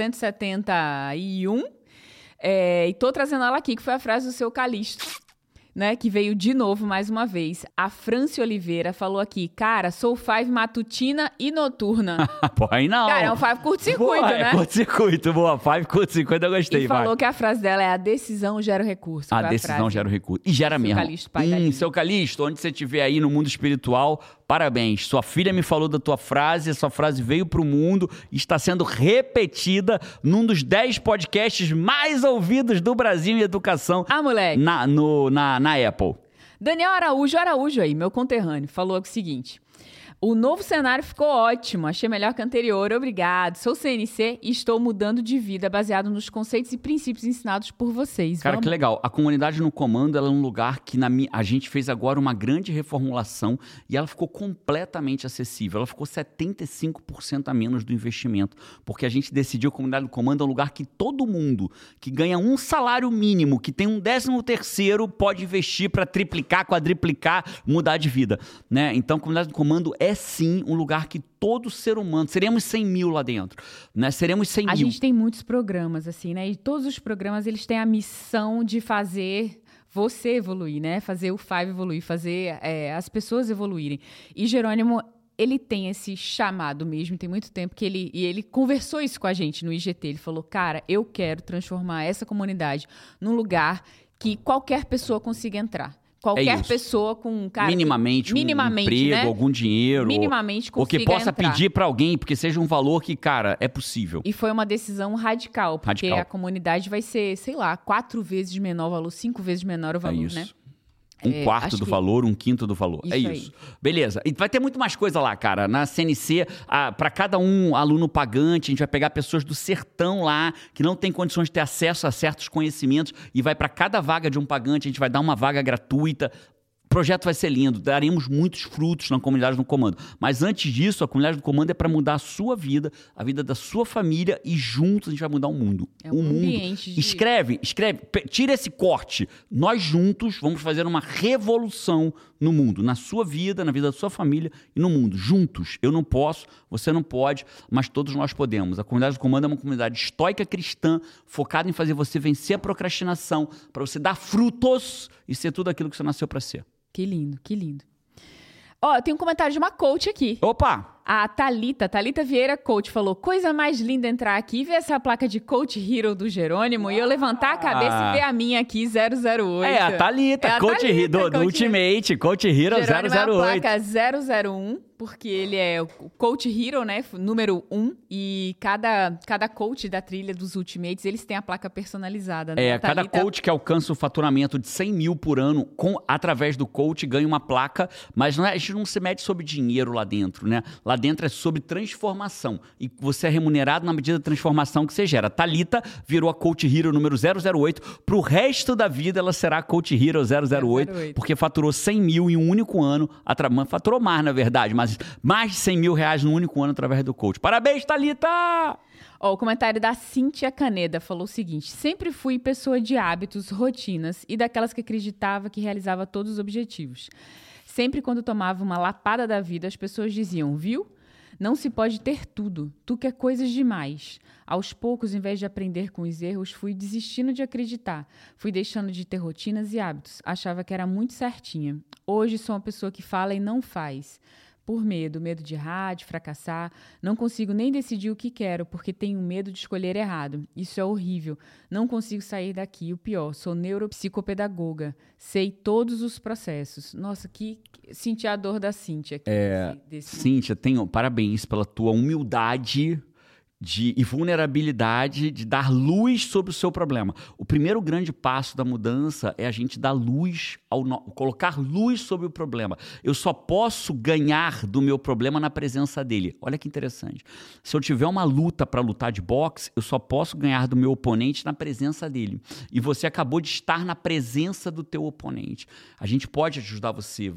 171. E tô trazendo ela aqui, que foi a frase do seu Calixto. Né, que veio de novo mais uma vez. A Franci Oliveira falou aqui, cara, sou Five matutina e noturna. Pô, aí não. Cara, é um Five curto-circuito, né? Curto-circuito, boa. Five curto-circuito, eu gostei. E falou que a frase dela é a decisão gera o recurso. A decisão gera o recurso. E gera mesmo. Seu Calixto, pai da Lívia. Seu Calixto, onde você estiver aí no mundo espiritual, Parabéns. Sua filha me falou da tua frase, essa frase veio pro mundo e está sendo repetida num dos 10 podcasts mais ouvidos do Brasil em educação. Moleque. Na Apple. Daniel Araújo aí, meu conterrâneo, falou o seguinte: o novo cenário ficou ótimo, achei melhor que o anterior, obrigado. Sou CNC e estou mudando de vida baseado nos conceitos e princípios ensinados por vocês. Cara, que legal. A comunidade no comando, ela é um lugar que a gente fez agora uma grande reformulação e ela ficou completamente acessível. Ela ficou 75% a menos do investimento, porque a gente decidiu que a comunidade no comando é um lugar que todo mundo que ganha um salário mínimo, que tem um 13º, pode investir para triplicar, quadriplicar, mudar de vida, né? Então, a comunidade no comando é sim um lugar que todo ser humano... Seremos 100 mil lá dentro, né? Seremos 100 mil. A gente tem muitos programas, assim, né? E todos os programas, eles têm a missão de fazer você evoluir, né? Fazer o Five evoluir, fazer as pessoas evoluírem. E Jerônimo, ele tem esse chamado mesmo, tem muito tempo que ele conversou isso com a gente no IGT. Ele falou, cara, eu quero transformar essa comunidade num lugar que qualquer pessoa consiga entrar. Qualquer pessoa com... Cara, minimamente um emprego, né? Algum dinheiro. Minimamente consiga ou que possa entrar. Pedir para alguém, porque seja um valor que, cara, é possível. E foi uma decisão radical, porque a comunidade vai ser, sei lá, 4 vezes menor o valor, 5 vezes menor o valor, né? Um quarto do valor, um quinto do valor. É isso. Beleza. E vai ter muito mais coisa lá, cara. Na CNC, para cada um aluno pagante, a gente vai pegar pessoas do sertão lá, que não tem condições de ter acesso a certos conhecimentos, e vai para cada vaga de um pagante, a gente vai dar uma vaga gratuita. O projeto vai ser lindo, daremos muitos frutos na comunidade no comando. Mas antes disso, a comunidade do comando é para mudar a sua vida, a vida da sua família, e juntos a gente vai mudar o mundo. É um ambiente de... Escreve, tira esse corte. Nós juntos vamos fazer uma revolução no mundo, na sua vida, na vida da sua família e no mundo. Juntos. Eu não posso, você não pode, mas todos nós podemos. A comunidade do comando é uma comunidade estoica cristã, focada em fazer você vencer a procrastinação, para você dar frutos e ser tudo aquilo que você nasceu para ser. Que lindo, que lindo. Ó, tem um comentário de uma coach aqui. Opa! A Thalita Vieira, coach, falou: coisa mais linda entrar aqui e ver essa placa de Coach Hero do Jerônimo e eu levantar a cabeça e ver a minha aqui, 008. É a Thalita, Coach Hero do Ultimate, Coach Hero Jerônimo 008. É a placa 001, porque ele é o Coach Hero, né, número 1, e cada coach da trilha dos Ultimates, eles têm a placa personalizada, né? Cada coach que alcança o faturamento de 100 mil por ano, através do coach, ganha uma placa, mas a gente não se mede sobre dinheiro lá dentro, né? Lá dentro é sobre transformação. E você é remunerado na medida da transformação que você gera. Thalita virou a Coach Hero número 008. Pro resto da vida, ela será a Coach Hero 008, porque faturou 100 mil em um único ano. Faturou mais, na verdade, mas mais de 100 mil reais num único ano através do coach. Parabéns, Thalita! O comentário da Cíntia Caneda falou o seguinte: sempre fui pessoa de hábitos, rotinas e daquelas que acreditava que realizava todos os objetivos. Sempre quando tomava uma lapada da vida, as pessoas diziam, viu? Não se pode ter tudo. Tu quer coisas demais. Aos poucos, em vez de aprender com os erros, fui desistindo de acreditar. Fui deixando de ter rotinas e hábitos. Achava que era muito certinha. Hoje sou uma pessoa que fala e não faz. Por medo de errar, de fracassar. Não consigo nem decidir o que quero, porque tenho medo de escolher errado. Isso é horrível. Não consigo sair daqui. O pior, sou neuropsicopedagoga. Sei todos os processos. Nossa, senti a dor da Cíntia aqui. Cíntia, parabéns pela tua humildade e vulnerabilidade de dar luz sobre o seu problema. O primeiro grande passo da mudança é a gente dar luz, colocar luz sobre o problema. Eu só posso ganhar do meu problema na presença dele. Olha que interessante. Se eu tiver uma luta para lutar de boxe, eu só posso ganhar do meu oponente na presença dele. E você acabou de estar na presença do teu oponente. A gente pode ajudar você.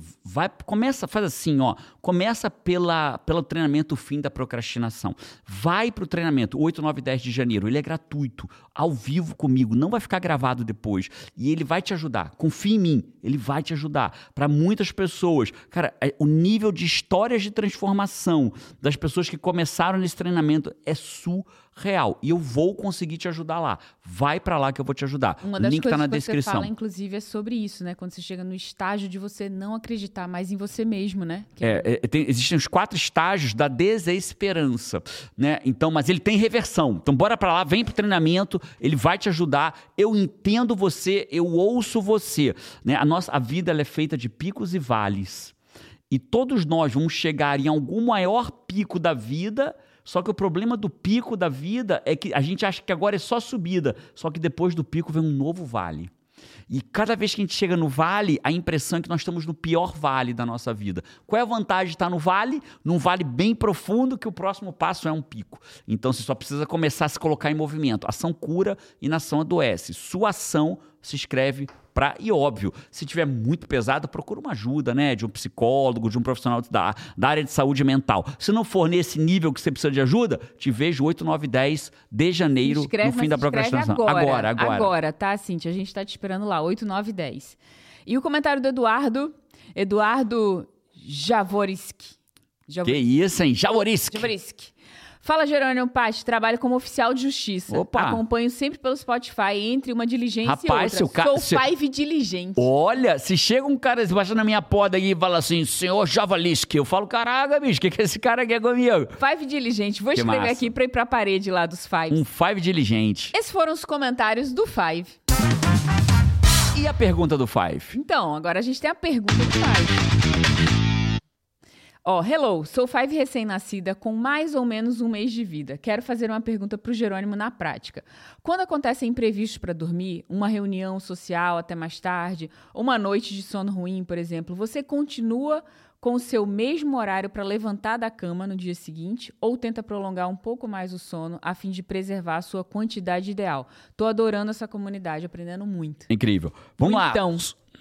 Faz assim, ó. Começa pelo treinamento Fim da Procrastinação. Vai pro treinamento, 8, 9 e 10 de janeiro. Ele é gratuito, ao vivo comigo, não vai ficar gravado depois. E ele vai te ajudar. Confia em mim, ele vai te ajudar. Para muitas pessoas, cara, o nível de histórias de transformação das pessoas que começaram nesse treinamento é surreal. E eu vou conseguir te ajudar lá. Vai para lá que eu vou te ajudar. Uma das coisas que você fala, inclusive, é sobre isso, né? Quando você chega no estágio de você não acreditar mais em você mesmo, né? Existem os 4 estágios da desesperança, né? Então, mas ele tem reversão. Então, bora para lá, vem pro treinamento, ele vai te ajudar. Eu entendo você, eu ouço você, né? A vida ela é feita de picos e vales. E todos nós vamos chegar em algum maior pico da vida, só que o problema do pico da vida é que a gente acha que agora é só subida, só que depois do pico vem um novo vale. E cada vez que a gente chega no vale, a impressão é que nós estamos no pior vale da nossa vida. Qual é a vantagem de estar no vale? Num vale bem profundo, que o próximo passo é um pico. Então você só precisa começar a se colocar em movimento. Ação cura, inação adoece. Sua ação se escreve para... E óbvio, se tiver muito pesado, procura uma ajuda, né? De um psicólogo, de um profissional da área de saúde mental. Se não for nesse nível que você precisa de ajuda, te vejo 8, 9, 10 de janeiro, no fim da procrastinação. Agora, tá, Cíntia? A gente tá te esperando lá, 8, 9, 10. E o comentário do Eduardo Javoriski. Que isso, hein? Javoriski. Fala, Jerônimo Patti, trabalho como oficial de justiça. Opa. Acompanho sempre pelo Spotify, entre uma diligência e outra. Sou Five diligente. Olha, se chega um cara baixando na minha porta e fala assim, senhor Javaliski, eu falo, caraca, bicho, o que esse cara quer comigo? Five diligente. Vou escrever aqui pra ir pra parede lá dos Five. Um Five diligente. Esses foram os comentários do Five. E a pergunta do Five? Então, agora a gente tem a pergunta do Five. Hello, sou Five recém-nascida com mais ou menos um mês de vida. Quero fazer uma pergunta para o Jerônimo na prática. Quando acontecem imprevistos para dormir, uma reunião social até mais tarde, uma noite de sono ruim, por exemplo, você continua com o seu mesmo horário para levantar da cama no dia seguinte ou tenta prolongar um pouco mais o sono a fim de preservar a sua quantidade ideal? Tô adorando essa comunidade, aprendendo muito. Incrível. Vamos lá. Então,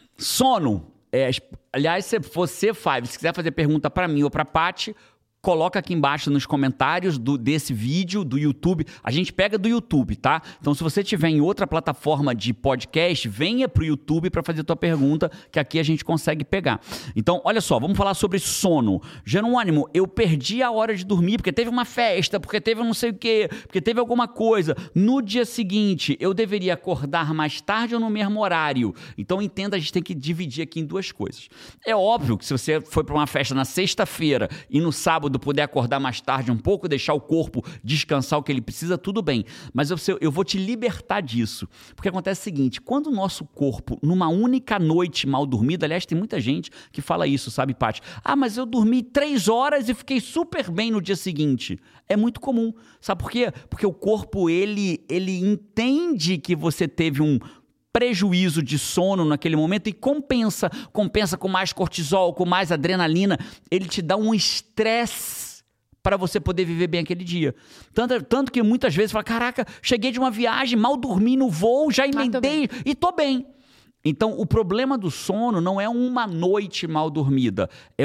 sono. Aliás, se você, Five, se quiser fazer pergunta para mim ou para Patti, coloca aqui embaixo nos comentários desse vídeo do YouTube. A gente pega do YouTube, tá? Então, se você tiver em outra plataforma de podcast, venha pro YouTube para fazer a tua pergunta, que aqui a gente consegue pegar. Então, olha só, vamos falar sobre sono. Jerônimo, eu perdi a hora de dormir porque teve uma festa, porque teve não sei o quê, porque teve alguma coisa. No dia seguinte, eu deveria acordar mais tarde ou no mesmo horário? Então, entenda, a gente tem que dividir aqui em duas coisas. É óbvio que se você foi para uma festa na sexta-feira e no sábado poder acordar mais tarde um pouco, deixar o corpo descansar o que ele precisa, tudo bem. Mas eu vou te libertar disso. Porque acontece o seguinte, quando o nosso corpo, numa única noite mal dormida, aliás, tem muita gente que fala isso, sabe, Patti? Mas eu dormi 3 horas e fiquei super bem no dia seguinte. É muito comum. Sabe por quê? Porque o corpo, ele entende que você teve um prejuízo de sono naquele momento e compensa com mais cortisol, com mais adrenalina, ele te dá um estresse para você poder viver bem aquele dia. Tanto que muitas vezes fala, caraca, cheguei de uma viagem, mal dormi no voo, já emendei e tô bem. Então, o problema do sono não é uma noite mal dormida, é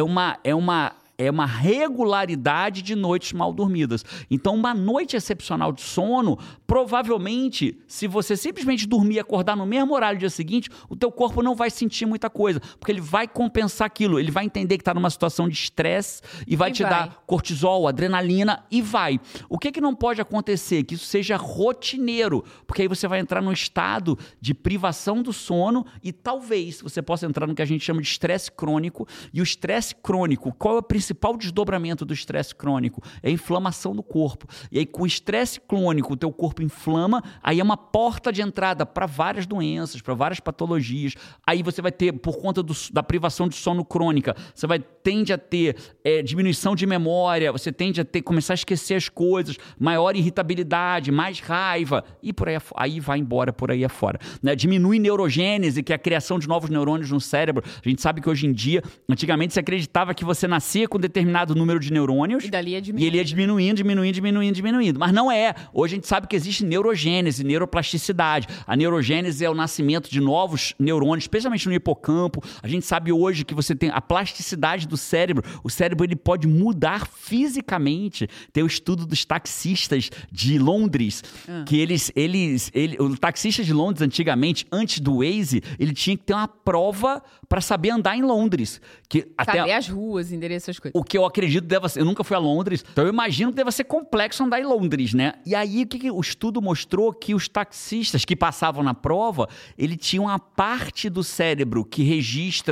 uma regularidade de noites mal dormidas. Então, uma noite excepcional de sono, provavelmente, se você simplesmente dormir e acordar no mesmo horário do dia seguinte, o teu corpo não vai sentir muita coisa, porque ele vai compensar aquilo, ele vai entender que está numa situação de estresse e vai te dar cortisol, adrenalina e vai. O que não pode acontecer? Que isso seja rotineiro, porque aí você vai entrar num estado de privação do sono e talvez você possa entrar no que a gente chama de estresse crônico. E o estresse crônico, qual é o principal desdobramento do estresse crônico? É a inflamação do corpo. E aí, com o estresse crônico, o teu corpo inflama, aí é uma porta de entrada para várias doenças, para várias patologias. Aí você vai ter, por conta da privação de sono crônica, você tende a ter diminuição de memória, você tende a começar a esquecer as coisas, maior irritabilidade, mais raiva, e por aí vai embora por aí afora. Né? Diminui neurogênese, que é a criação de novos neurônios no cérebro. A gente sabe que hoje em dia, antigamente se acreditava que você nascia com um determinado número de neurônios e ele ia diminuindo. Mas não é. Hoje a gente sabe que existe neurogênese, neuroplasticidade. A neurogênese é o nascimento de novos neurônios, especialmente no hipocampo. A gente sabe hoje que você tem a plasticidade do cérebro. O cérebro ele pode mudar fisicamente. Tem o estudo dos taxistas de Londres, que o taxista de Londres antigamente, antes do Waze, ele tinha que ter uma prova para saber andar em Londres. Saber as ruas, endereço, as coisas. O que eu acredito deva ser... Eu nunca fui a Londres, então eu imagino que deva ser complexo andar em Londres, né? E aí, o que o estudo mostrou? Que os taxistas que passavam na prova, ele tinha uma parte do cérebro que registra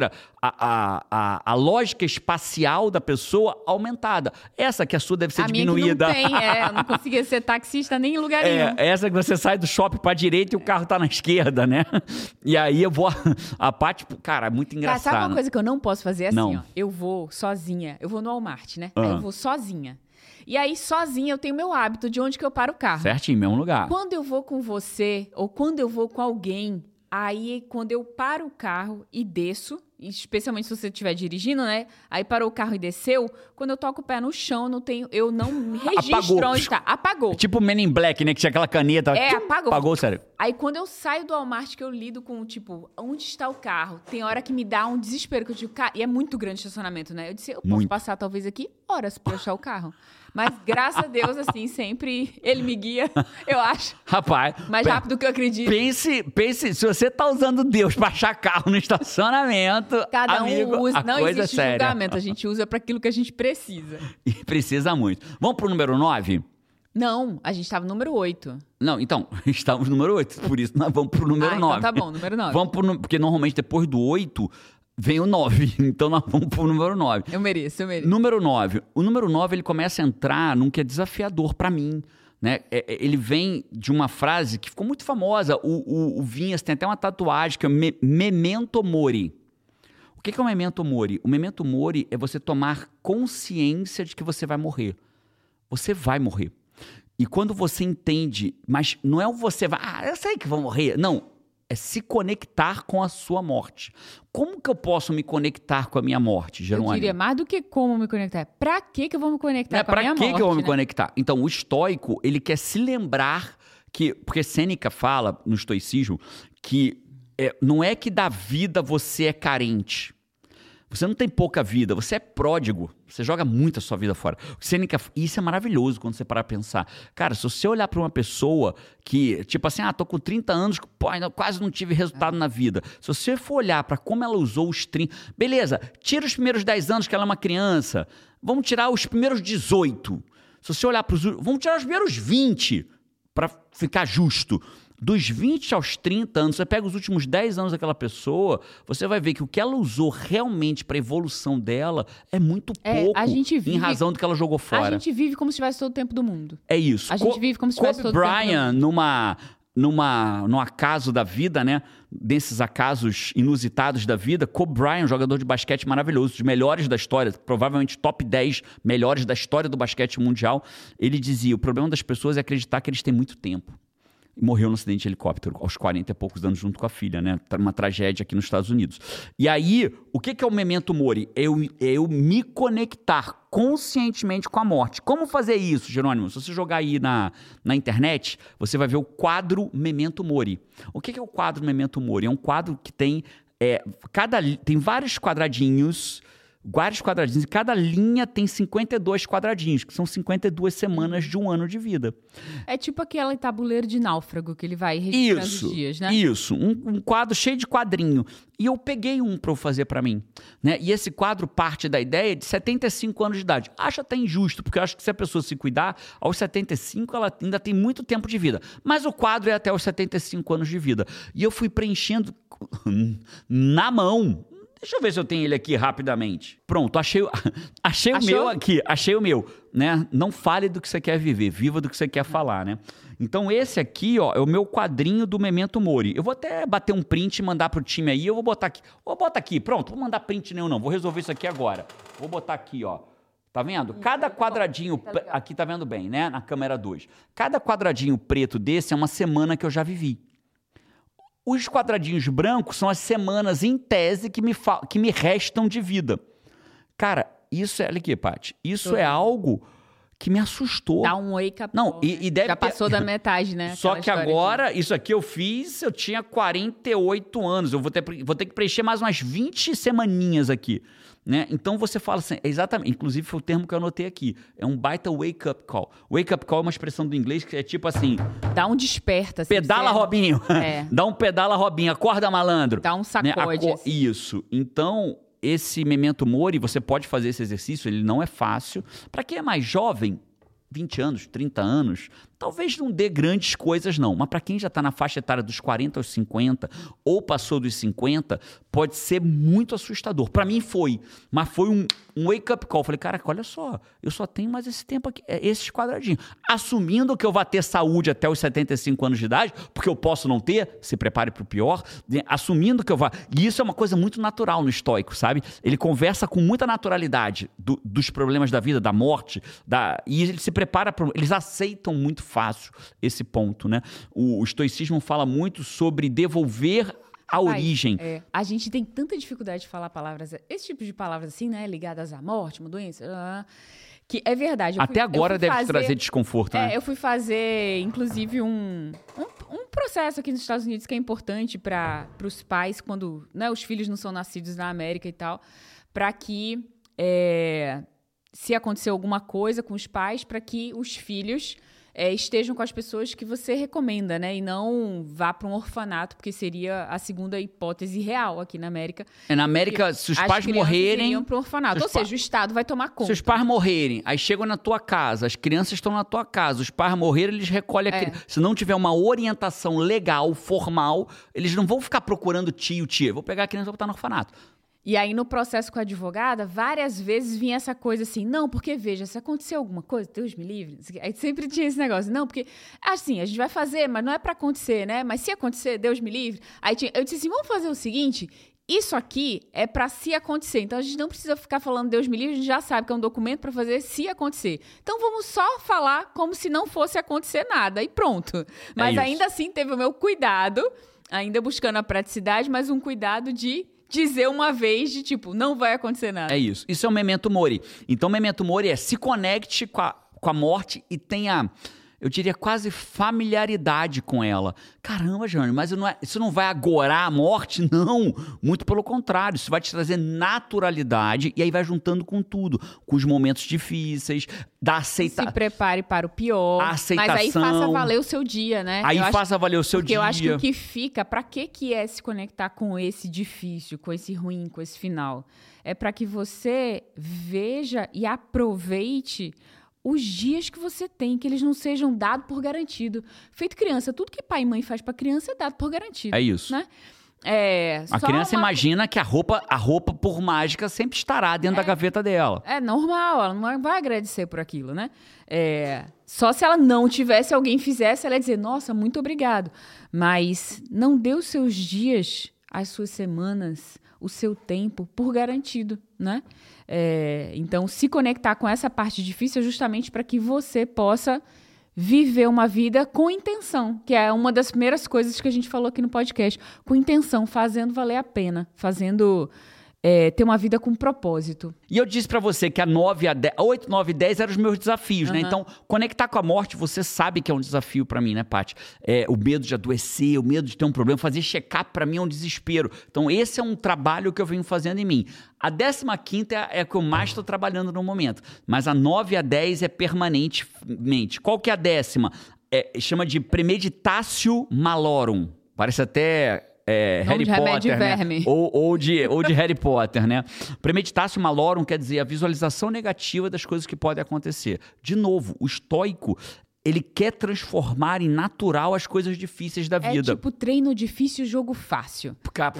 a lógica espacial da pessoa aumentada. Essa que a sua deve ser diminuída. Não tem, eu não conseguia ser taxista nem em lugar nenhum. Essa que você sai do shopping pra direita e o carro tá na esquerda, né? E aí eu vou... A Paty, cara, é muito engraçado. Sabe uma coisa que eu não posso fazer? Assim, não. Ó, eu vou sozinha, eu vou no Walmart, né? Aí eu vou sozinha. E aí, sozinha, eu tenho meu hábito de onde que eu paro o carro. Certinho, mesmo lugar. Quando eu vou com você, ou quando eu vou com alguém, aí quando eu paro o carro e desço, especialmente se você estiver dirigindo, né? Aí parou o carro e desceu, quando eu toco o pé no chão, eu não me registro onde tá. Apagou. Tipo Men in Black, né? Que tinha aquela caneta. Apagou. Apagou, sério. Aí quando eu saio do Walmart, que eu lido com, tipo, onde está o carro? Tem hora que me dá um desespero, que eu digo, cara, e é muito grande estacionamento, né? Eu disse, eu posso passar talvez aqui horas pra achar o carro. Mas, graças a Deus, assim, sempre ele me guia, eu acho. Rapaz. Mais rápido do que eu acredito. Pense, se você tá usando Deus pra achar carro no estacionamento, cada amigo, um usa. Não existe julgamento, a gente usa pra aquilo que a gente precisa. E precisa muito. Vamos pro número 9? Não, a gente tava no número 8. Não, então, estamos no número 8, por isso nós vamos pro número 9. Então tá bom, número 9. Porque normalmente depois do 8... vem o 9, então nós vamos pro número 9. Eu mereço. Número 9. O número 9, ele começa a entrar num que é desafiador pra mim, né? Ele vem de uma frase que ficou muito famosa. O Vinhas tem até uma tatuagem que é Memento Mori. O que é o Memento Mori? O Memento Mori é você tomar consciência de que você vai morrer. Você vai morrer. E quando você entende, mas não é o você vai... eu sei que vou morrer. Não. É se conectar com a sua morte. Como que eu posso me conectar com a minha morte, Jerônimo? Eu diria mais do que como me conectar. Pra que eu vou me conectar com a minha morte? Pra que eu vou me conectar? Então, o estoico, ele quer se lembrar que... Porque Sêneca fala, no estoicismo, que não é que da vida você é carente. Você não tem pouca vida, você é pródigo. Você joga muito a sua vida fora. Isso é maravilhoso quando você parar pra pensar. Cara, se você olhar pra uma pessoa que, tipo assim, tô com 30 anos, ainda quase não tive resultado na vida. Se você for olhar pra como ela usou os 30... Beleza, tira os primeiros 10 anos que ela é uma criança. Vamos tirar os primeiros 18. Se você olhar pros... Vamos tirar os primeiros 20 pra ficar justo. Dos 20 aos 30 anos, você pega os últimos 10 anos daquela pessoa, você vai ver que o que ela usou realmente para a evolução dela é muito pouco em razão do que ela jogou fora. A gente vive como se tivesse todo o tempo do mundo. É isso. A gente vive como se tivesse todo o tempo do mundo. Kobe Bryant, num acaso da vida, né? Desses acasos inusitados da vida, Kobe Bryant, jogador de basquete maravilhoso, dos melhores da história, provavelmente top 10 melhores da história do basquete mundial, ele dizia, o problema das pessoas é acreditar que eles têm muito tempo. Morreu num acidente de helicóptero, aos 40 e poucos anos, junto com a filha, né? Uma tragédia aqui nos Estados Unidos. E aí, o que é o Memento Mori? Eu me conectar conscientemente com a morte. Como fazer isso, Jerônimo? Se você jogar aí na internet, você vai ver o quadro Memento Mori. O que é o quadro Memento Mori? É um quadro que tem vários quadradinhos, e cada linha tem 52 quadradinhos, que são 52 semanas de um ano de vida. É tipo aquele tabuleiro de náufrago que ele vai registrando os dias, né? Isso, um quadro cheio de quadrinho. E eu peguei um para eu fazer para mim, né? E esse quadro parte da ideia de 75 anos de idade. Acho até injusto, porque eu acho que se a pessoa se cuidar, aos 75 ela ainda tem muito tempo de vida. Mas o quadro é até os 75 anos de vida. E eu fui preenchendo na mão. Deixa eu ver se eu tenho ele aqui rapidamente. Pronto, achei o meu aqui, achei o meu, né? Não fale do que você quer viver, viva do que você quer falar, né? Então esse aqui, ó, é o meu quadrinho do Memento Mori. Eu vou até bater um print e mandar pro time aí, eu vou botar aqui. Vou botar aqui, pronto, vou mandar print nenhum não, vou resolver isso aqui agora. Vou botar aqui, ó. Tá vendo? Cada quadradinho, aqui tá vendo bem, né? Na câmera 2. Cada quadradinho preto desse é uma semana que eu já vivi. Os quadradinhos brancos são as semanas, em tese, que me restam de vida. Cara, olha aqui, Paty, isso é algo que me assustou. Dá um wake-up. Não, e deve já passou da metade, né? Só que agora, isso aqui eu tinha 48 anos. Eu vou ter que preencher mais umas 20 semaninhas aqui. Né? Então você fala assim, exatamente, inclusive foi o termo que eu anotei aqui, é um baita wake-up call. Wake-up call é uma expressão do inglês que é tipo assim... Dá um desperta. Assim, pedala, Robinho. Dá um pedala, Robinho. Acorda, malandro. Dá um sacode. Né? Isso. Então, esse Memento Mori, você pode fazer esse exercício, ele não é fácil. Para quem é mais jovem, 20 anos, 30 anos, talvez não dê grandes coisas não, mas para quem já está na faixa etária dos 40 aos 50 ou passou dos 50, pode ser muito assustador. Para mim foi, mas foi um wake-up call. Falei, caraca, olha só, eu só tenho mais esse tempo aqui, esses quadradinhos. Assumindo que eu vou ter saúde até os 75 anos de idade, porque eu posso não ter, se prepare para o pior, assumindo que eu vou... E isso é uma coisa muito natural no estoico, sabe? Ele conversa com muita naturalidade dos problemas da vida, da morte, e ele se prepara para... Eles aceitam muito fácil esse ponto, né? O estoicismo fala muito sobre devolver a origem. A gente tem tanta dificuldade de falar palavras, esse tipo de palavras assim, né? Ligadas à morte, uma doença, que é verdade. Até agora deve trazer desconforto, né? Eu fui fazer, inclusive, um processo aqui nos Estados Unidos que é importante para os pais, quando, né, os filhos não são nascidos na América e tal, para que, se acontecer alguma coisa com os pais, para que os filhos estejam com as pessoas que você recomenda, né? E não vá para um orfanato, porque seria a segunda hipótese real aqui na América. Na América, se os pais morrerem... iriam para um orfanato. Ou seja, o Estado vai tomar conta. Se os pais morrerem, aí chegam na tua casa, as crianças estão na tua casa, os pais morreram, eles recolhem a criança. Se não tiver uma orientação legal, formal, eles não vão ficar procurando tio, tia. Vou pegar a criança e vou botar no orfanato. E aí, no processo com a advogada, várias vezes vinha essa coisa assim, não, porque, veja, se acontecer alguma coisa, Deus me livre, aí sempre tinha esse negócio, não, porque, assim, a gente vai fazer, mas não é pra acontecer, né? Mas se acontecer, Deus me livre. Aí eu disse assim, vamos fazer o seguinte, isso aqui é pra se acontecer, então a gente não precisa ficar falando Deus me livre, a gente já sabe que é um documento pra fazer se acontecer. Então vamos só falar como se não fosse acontecer nada, e pronto. Mas ainda assim teve o meu cuidado, ainda buscando a praticidade, mas um cuidado de dizer uma vez de tipo, não vai acontecer nada. É isso. Isso é o memento mori. Então, memento mori se conecte com a morte e tenha, eu diria, quase familiaridade com ela. Caramba, Jânio, mas isso não vai agorar a morte? Não. Muito pelo contrário. Isso vai te trazer naturalidade e aí vai juntando com tudo. Com os momentos difíceis, da aceitação. Se prepare para o pior. A aceitação. Mas aí faça valer o seu dia, né? Aí faça valer o seu dia. Porque eu acho que o que fica, pra que é se conectar com esse difícil, com esse ruim, com esse final? É para que você veja e aproveite os dias que você tem, que eles não sejam dados por garantido. Feito criança, tudo que pai e mãe faz para criança é dado por garantido. É isso. Né? A criança imagina que a roupa, por mágica, sempre estará dentro da gaveta dela. É normal, ela não vai agradecer por aquilo, né? Só se ela não tivesse, alguém fizesse, ela ia dizer, nossa, muito obrigado. Mas não dê os seus dias, as suas semanas, o seu tempo por garantido, né? Então, se conectar com essa parte difícil é justamente para que você possa viver uma vida com intenção, que é uma das primeiras coisas que a gente falou aqui no podcast, com intenção, fazendo valer a pena, fazendo ter uma vida com propósito. E eu disse pra você que a 8, 9 e 10 eram os meus desafios, né? Então, conectar com a morte, você sabe que é um desafio pra mim, né, Paty? O medo de adoecer, o medo de ter um problema, fazer check-up pra mim é um desespero. Então, esse é um trabalho que eu venho fazendo em mim. A 15ª é a que eu mais estou trabalhando no momento. Mas a 9 e a 10 é permanentemente. Qual que é a 10ª? Chama de Premeditatio Malorum. Parece até... Harry Potter, né? Ou de Harry Potter, né? Premeditatio Malorum quer dizer a visualização negativa das coisas que podem acontecer. De novo, o estoico, ele quer transformar em natural as coisas difíceis da vida. É tipo treino difícil, jogo fácil.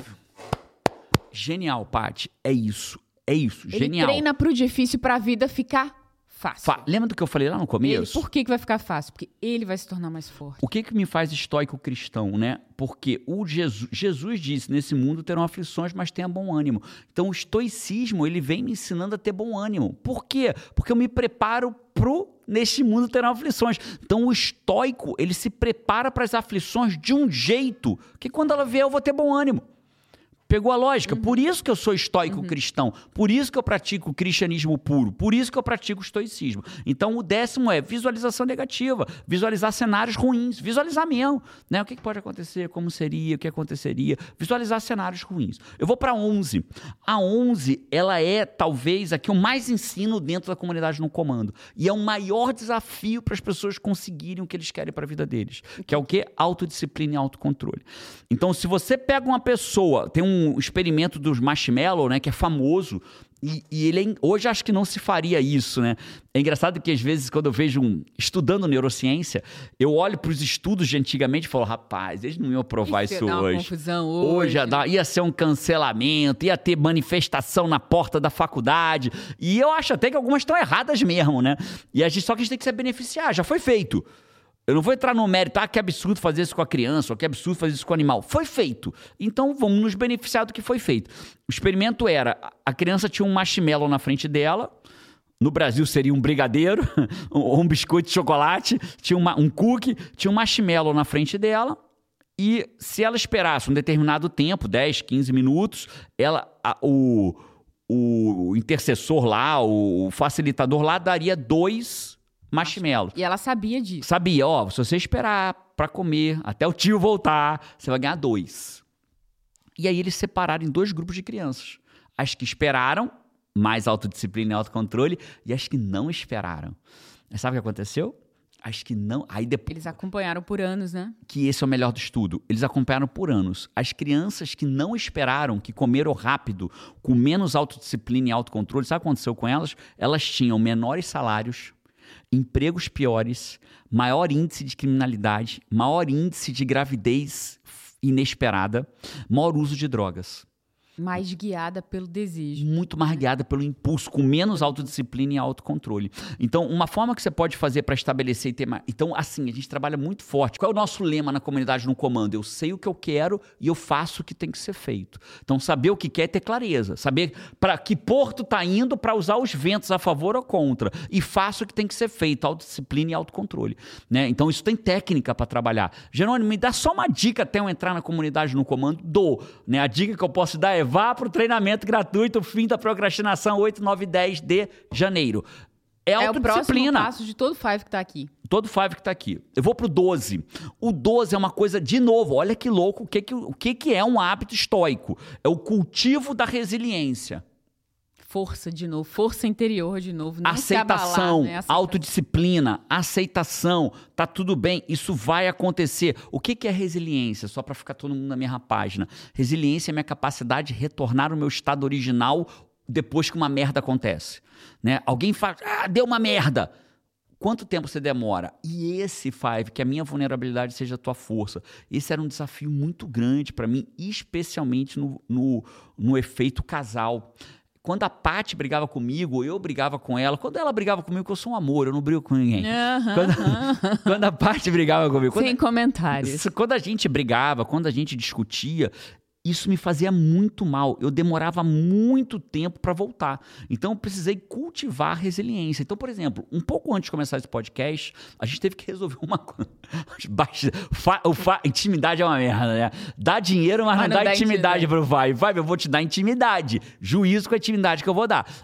Genial, Paty. É isso, genial. Ele treina pro difícil pra vida ficar fácil. Lembra do que eu falei lá no começo? Por que vai ficar fácil? Porque ele vai se tornar mais forte. O que me faz estoico cristão, né? Porque Jesus disse, nesse mundo terão aflições, mas tenha bom ânimo. Então o estoicismo, ele vem me ensinando a ter bom ânimo. Por quê? Porque eu me preparo neste mundo terão aflições. Então o estoico, ele se prepara para as aflições de um jeito que quando ela vier eu vou ter bom ânimo. Pegou a lógica? Por isso que eu sou estoico cristão. Por isso que eu pratico o cristianismo puro. Por isso que eu pratico o estoicismo. Então, o 10º é visualização negativa. Visualizar cenários ruins. Visualizar mesmo. Né? O que pode acontecer? Como seria? O que aconteceria? Visualizar cenários ruins. Eu vou para a 11. A 11, ela é, talvez, a que eu mais ensino dentro da comunidade no comando. E é o maior desafio para as pessoas conseguirem o que eles querem para a vida deles. Que é o quê? Autodisciplina e autocontrole. Então, se você pega uma pessoa, tem um um experimento dos marshmallow, né, que é famoso, e ele hoje acho que não se faria isso, né? É engraçado que às vezes quando eu vejo estudando neurociência, eu olho para os estudos de antigamente e falo, rapaz, eles não iam provar isso dá hoje. Uma confusão hoje. Ia ser um cancelamento, ia ter manifestação na porta da faculdade, e eu acho até que algumas estão erradas mesmo, né? Só que a gente tem que se beneficiar, já foi feito. Eu não vou entrar no mérito, que absurdo fazer isso com a criança, ou que absurdo fazer isso com o animal. Foi feito. Então, vamos nos beneficiar do que foi feito. O experimento era, a criança tinha um marshmallow na frente dela, no Brasil seria um brigadeiro, ou um biscoito de chocolate, tinha um cookie, tinha um marshmallow na frente dela, e se ela esperasse um determinado tempo, 10, 15 minutos, o intercessor lá, o facilitador lá, daria 2 marshmallow. E ela sabia disso. Sabia, se você esperar pra comer até o tio voltar, você vai ganhar 2. E aí eles separaram em 2 grupos de crianças. As que esperaram, mais autodisciplina e autocontrole, e as que não esperaram. Mas sabe o que aconteceu? As que não... Aí depois... Eles acompanharam por anos, né? Que esse é o melhor do estudo. Eles acompanharam por anos. As crianças que não esperaram, que comeram rápido, com menos autodisciplina e autocontrole, sabe o que aconteceu com elas? Elas tinham menores salários, empregos piores, maior índice de criminalidade, maior índice de gravidez inesperada, maior uso de drogas. Mais guiada pelo desejo. Muito mais guiada pelo impulso, com menos autodisciplina e autocontrole. Então, uma forma que você pode fazer para estabelecer e ter mais... Então, assim, a gente trabalha muito forte. Qual é o nosso lema na comunidade no comando? Eu sei o que eu quero e eu faço o que tem que ser feito. Então, saber o que quer é ter clareza. Saber para que porto está indo para usar os ventos a favor ou contra. E faço o que tem que ser feito. Autodisciplina e autocontrole. Né? Então, isso tem técnica para trabalhar. Jerônimo, me dá só uma dica até eu entrar na comunidade no comando. Né? A dica que eu posso dar é vá para o treinamento gratuito, fim da procrastinação, 8, 9 e 10 de janeiro. É autodisciplina. É o próximo passo de todo o 5 que está aqui. Todo 5 que está aqui. Eu vou pro 12. O 12 é uma coisa, de novo, olha que louco, o que é um hábito estoico? É o cultivo da resiliência. Força de novo, força interior de novo. Não aceitação, autodisciplina, aceitação, tá tudo bem, isso vai acontecer. O que é resiliência? Só para ficar todo mundo na mesma página. Resiliência é a minha capacidade de retornar ao meu estado original depois que uma merda acontece. Né? Alguém fala, deu uma merda. Quanto tempo você demora? E esse 5, que a minha vulnerabilidade seja a tua força. Esse era um desafio muito grande para mim, especialmente no efeito casal. Quando a Paty brigava comigo, eu brigava com ela. Quando ela brigava comigo, eu sou um amor, eu não brigo com ninguém. Quando a Paty brigava comigo... Sem comentários. Quando a gente brigava, quando a gente discutia, isso me fazia muito mal. Eu demorava muito tempo para voltar. Então, eu precisei cultivar a resiliência. Então, por exemplo, um pouco antes de começar esse podcast, a gente teve que resolver uma coisa. Intimidade é uma merda, né? Dá dinheiro, mas não dá intimidade pro Vai. Vai, eu vou te dar intimidade. Juízo com a intimidade que eu vou dar.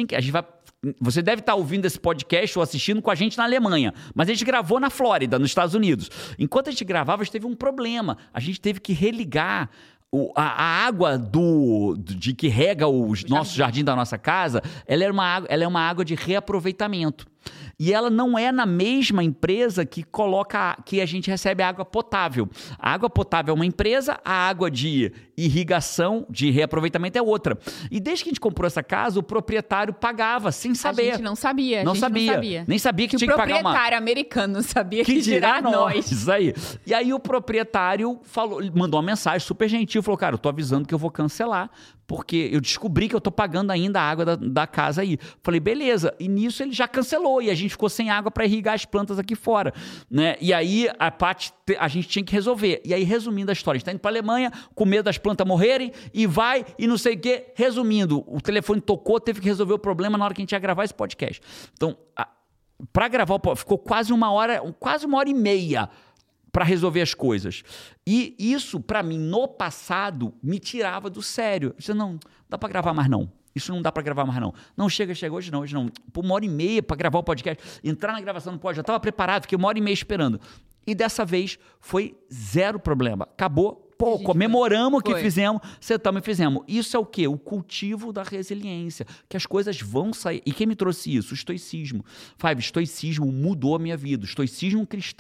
Você deve estar ouvindo esse podcast ou assistindo com a gente na Alemanha, mas a gente gravou na Flórida, nos Estados Unidos. Enquanto a gente gravava, a gente teve um problema. A gente teve que religar a água de que rega o nosso jardim da nossa casa. Ela é uma água de reaproveitamento. E ela não é na mesma empresa que a gente recebe água potável. A água potável é uma empresa, a água de irrigação, de reaproveitamento é outra. E desde que a gente comprou essa casa, o proprietário pagava sem saber. A gente não sabia. Não sabia. Nem sabia que tinha que pagar uma... O proprietário americano não sabia que dirá nós. Isso aí. E aí o proprietário mandou uma mensagem super gentil, falou, cara, eu tô avisando que eu vou cancelar, porque eu descobri que eu tô pagando ainda a água da casa aí. Falei, beleza. E nisso ele já cancelou e a gente ficou sem água para irrigar as plantas aqui fora, né? E aí a gente tinha que resolver. E aí, resumindo a história, a gente tá indo pra Alemanha com medo das plantas morrerem e vai e não sei o quê. Resumindo, o telefone tocou, teve que resolver o problema na hora que a gente ia gravar esse podcast. Então, para gravar, ficou quase uma hora e meia para resolver as coisas. E isso, para mim, no passado, me tirava do sério. Eu disse, não dá para gravar mais não. Isso não dá para gravar mais não. Não, chega hoje não. Por 1h30 para gravar o podcast. Entrar na gravação não pode. Já estava preparado, fiquei 1h30 esperando. E dessa vez foi zero problema. Acabou. Pô, comemoramos o que fizemos, sentamos e fizemos. Isso é o quê? O cultivo da resiliência. Que as coisas vão sair. E quem me trouxe isso? O estoicismo. Estoicismo mudou a minha vida. O estoicismo cristão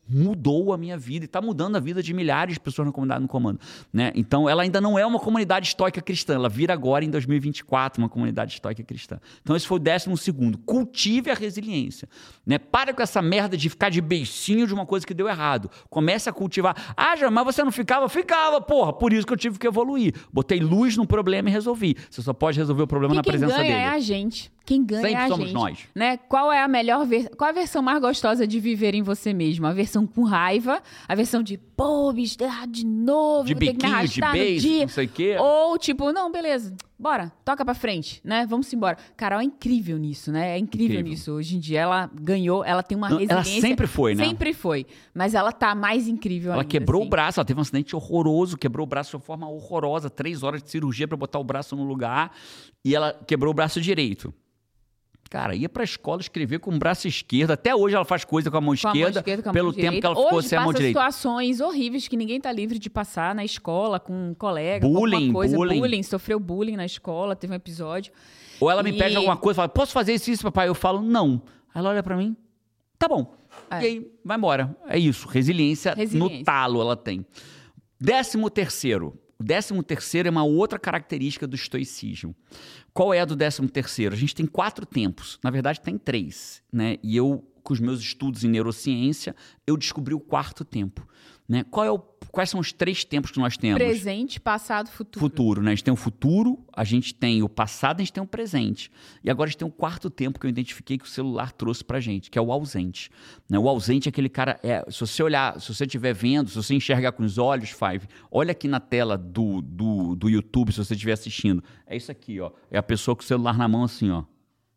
mudou a minha vida e está mudando a vida de milhares de pessoas na comunidade no comando, né? Então, ela ainda não é uma comunidade estoica cristã, ela vira agora em 2024 uma comunidade estoica cristã. Então, esse foi o 12º. Cultive a resiliência, né? Para com essa merda de ficar de beicinho de uma coisa que deu errado. Comece a cultivar. Ah, já, mas você não ficava? Ficava, porra. Por isso que eu tive que evoluir. Botei luz no problema e resolvi. Você só pode resolver o problema na presença dele. Quem ganha é a gente. Quem ganha sempre é a somos gente, nós. Né? Qual é a melhor qual a versão mais gostosa de viver em você mesmo? A versão com raiva, a versão de, pô, bicho, errado de novo, de vou ter que me biquinho, arrastar de no beijo, dia. não sei o quê. Ou tipo, não, beleza, bora, toca pra frente, né? Vamos embora. Carol é incrível nisso, né? É incrível nisso. Hoje em dia ela ganhou, ela tem uma resiliência. Ela sempre foi, né? Sempre foi. Mas ela tá mais incrível ainda. Ela quebrou assim. o braço, ela teve um acidente horroroso, quebrou o braço de uma forma horrorosa, 3 horas de cirurgia pra botar o braço no lugar, e ela quebrou o braço direito. Cara, ia pra escola escrever com o braço esquerdo. Até hoje ela faz coisa com a mão esquerda, pelo tempo que ela ficou sem a mão direita. Hoje passa situações horríveis que ninguém tá livre de passar na escola, com um colega, bullying, com alguma coisa. Bullying, sofreu bullying na escola, teve um episódio. Ou ela me pede alguma coisa, fala, posso fazer isso, papai? Eu falo, não. Aí ela olha pra mim, tá bom. E aí, vai embora. É isso, resiliência no talo ela tem. 13º. O 13º é uma outra característica do estoicismo. Qual é a do 13º? A gente tem 4 tempos. Na verdade, tem 3. Né? E eu, com os meus estudos em neurociência, eu descobri o 4º tempo. Né? Quais são os 3 tempos que nós temos? Presente, passado, futuro. Futuro, né? A gente tem o futuro, a gente tem o passado, a gente tem o presente. E agora a gente tem o 4º tempo que eu identifiquei que o celular trouxe pra gente, que é o ausente. Né? O ausente é aquele cara... se você olhar, se você estiver vendo, se você enxergar com os olhos, Five, olha aqui na tela do YouTube, se você estiver assistindo. É isso aqui, ó. É a pessoa com o celular na mão assim, ó.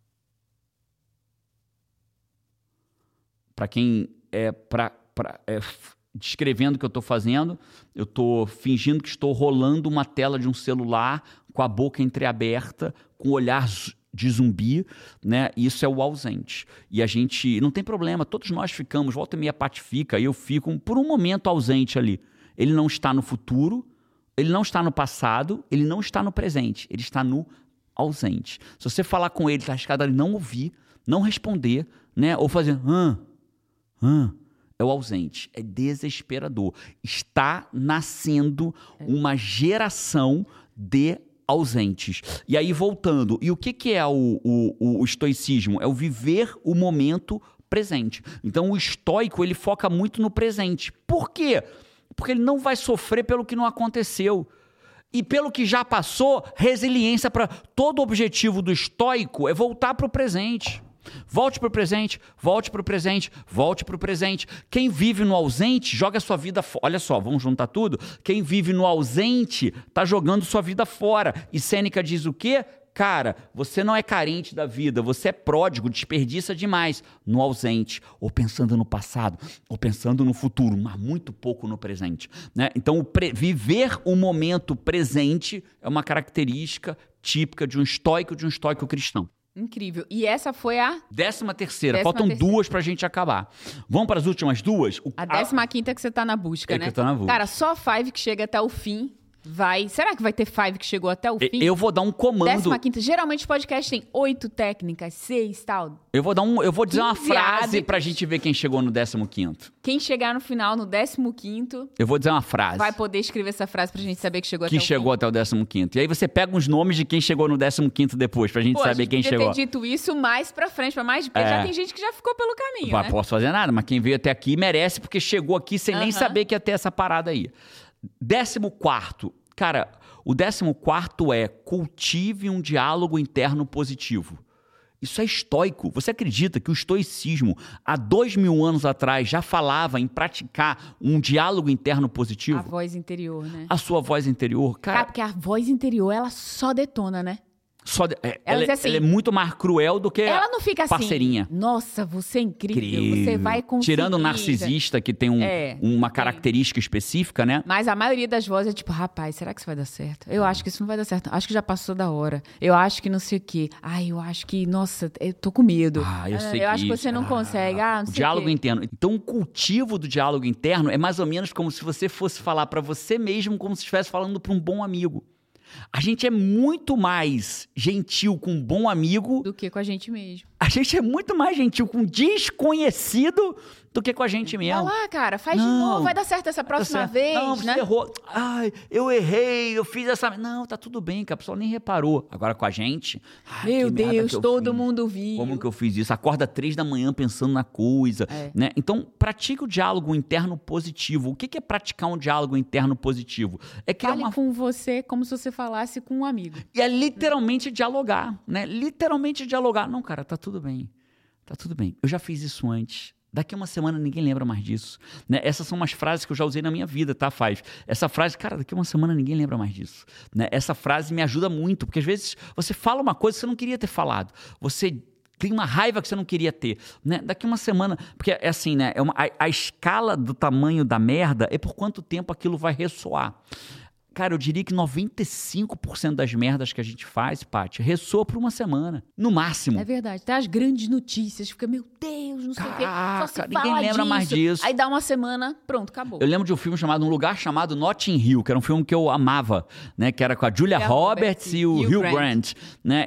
Pra quem... descrevendo o que eu estou fazendo, eu estou fingindo que estou rolando uma tela de um celular com a boca entreaberta, com o olhar de zumbi, né? Isso é o ausente. E a gente, não tem problema, todos nós ficamos, volta e meia a Paty fica, e eu fico por um momento ausente ali. Ele não está no futuro, ele não está no passado, ele não está no presente, ele está no ausente. Se você falar com ele, está arriscado ele não ouvir, não responder, né? Ou fazer é o ausente, é desesperador. Está nascendo uma geração de ausentes. E aí, voltando, e o que é o estoicismo? É o viver o momento presente. Então, o estoico, ele foca muito no presente. Por quê? Porque ele não vai sofrer pelo que não aconteceu. E pelo que já passou, resiliência para todo o objetivo do estoico é voltar para o presente. Volte para o presente, volte para o presente, volte para o presente. Quem vive no ausente, joga a sua vida fora. Olha só, vamos juntar tudo? Quem vive no ausente, está jogando sua vida fora. E Sêneca diz o quê? Cara, você não é carente da vida, você é pródigo, desperdiça demais no ausente, ou pensando no passado, ou pensando no futuro, mas muito pouco no presente. Né? Então, viver o momento presente é uma característica típica de um estoico cristão. Incrível. E essa foi a... 13ª. Faltam 2 pra gente acabar. Vamos para as últimas 2? A 15ª que você tá na busca, né? Que eu tô na busca. Cara, só 5 que chega até o fim vai... Será que vai ter 5 que chegou até o fim? Eu vou dar um comando. 15ª. Geralmente o podcast tem 8 técnicas, 6 tal. Eu vou dizer uma frase pra gente ver quem chegou no 15º. Quem chegar no final, no 15º... Eu vou dizer uma frase. Vai poder escrever essa frase pra gente saber que chegou até o fim. Que chegou até o 15º. E aí você pega uns nomes de quem chegou no 15º depois, pra gente saber quem chegou. Eu ter dito isso mais pra frente, pra mais... Porque já tem gente que já ficou pelo caminho, né? Não posso fazer nada, mas quem veio até aqui merece, porque chegou aqui sem nem saber que ia ter essa parada aí. 14º. Cara, o 14º é cultive um diálogo interno positivo. Isso é estoico. Você acredita que o estoicismo, há 2000 anos atrás, já falava em praticar um diálogo interno positivo? A voz interior, né? A sua voz interior. Cara, porque a voz interior, ela só detona, né? Ela é muito mais cruel do que ela não fica parceirinha. Assim, nossa, você é incrível, você vai conseguir. Tirando o narcisista, que tem uma característica específica, né? Mas a maioria das vozes é tipo, rapaz, será que isso vai dar certo? Eu acho que isso não vai dar certo. Acho que já passou da hora. Eu acho que não sei o quê. Eu acho que, nossa, eu tô com medo. Eu acho que você não consegue. Não sei o diálogo interno. Então, o cultivo do diálogo interno é mais ou menos como se você fosse falar pra você mesmo, como se estivesse falando pra um bom amigo. A gente é muito mais gentil com um bom amigo do que com a gente mesmo. A gente é muito mais gentil com desconhecido do que com a gente mesmo. Vai lá, cara, faz de novo, vai dar certo essa próxima vez, não, você errou. Ai, eu errei, eu fiz essa... Não, tá tudo bem, que a pessoa nem reparou. Agora com a gente... Meu Deus, todo mundo viu. Como que eu fiz isso? Acorda 3 da manhã pensando na coisa, né? Então, pratique o diálogo interno positivo. O que é praticar um diálogo interno positivo? É criar Fale com você como se você falasse com um amigo. E é literalmente dialogar, né? Literalmente dialogar. Não, cara, tá tudo bem. Tá tudo bem. Eu já fiz isso antes. Daqui a uma semana ninguém lembra mais disso. Né? Essas são umas frases que eu já usei na minha vida, tá, Faz? Essa frase, cara, daqui a uma semana ninguém lembra mais disso. Né? Essa frase me ajuda muito, porque às vezes você fala uma coisa que você não queria ter falado. Você tem uma raiva que você não queria ter. Né? Daqui a uma semana... Porque é assim, né? A escala do tamanho da merda é por quanto tempo aquilo vai ressoar. Cara, eu diria que 95% das merdas que a gente faz, Paty, ressoa por uma semana. No máximo. É verdade. Tem as grandes notícias. Fica, meu Deus, não sei o quê. Só se ninguém fala lembra mais disso. Aí dá uma semana, pronto, acabou. Eu lembro de um filme chamado Um Lugar Chamado Notting Hill, que era um filme que eu amava, né? Que era com a Julia Roberts e o Hugh Grant. Né?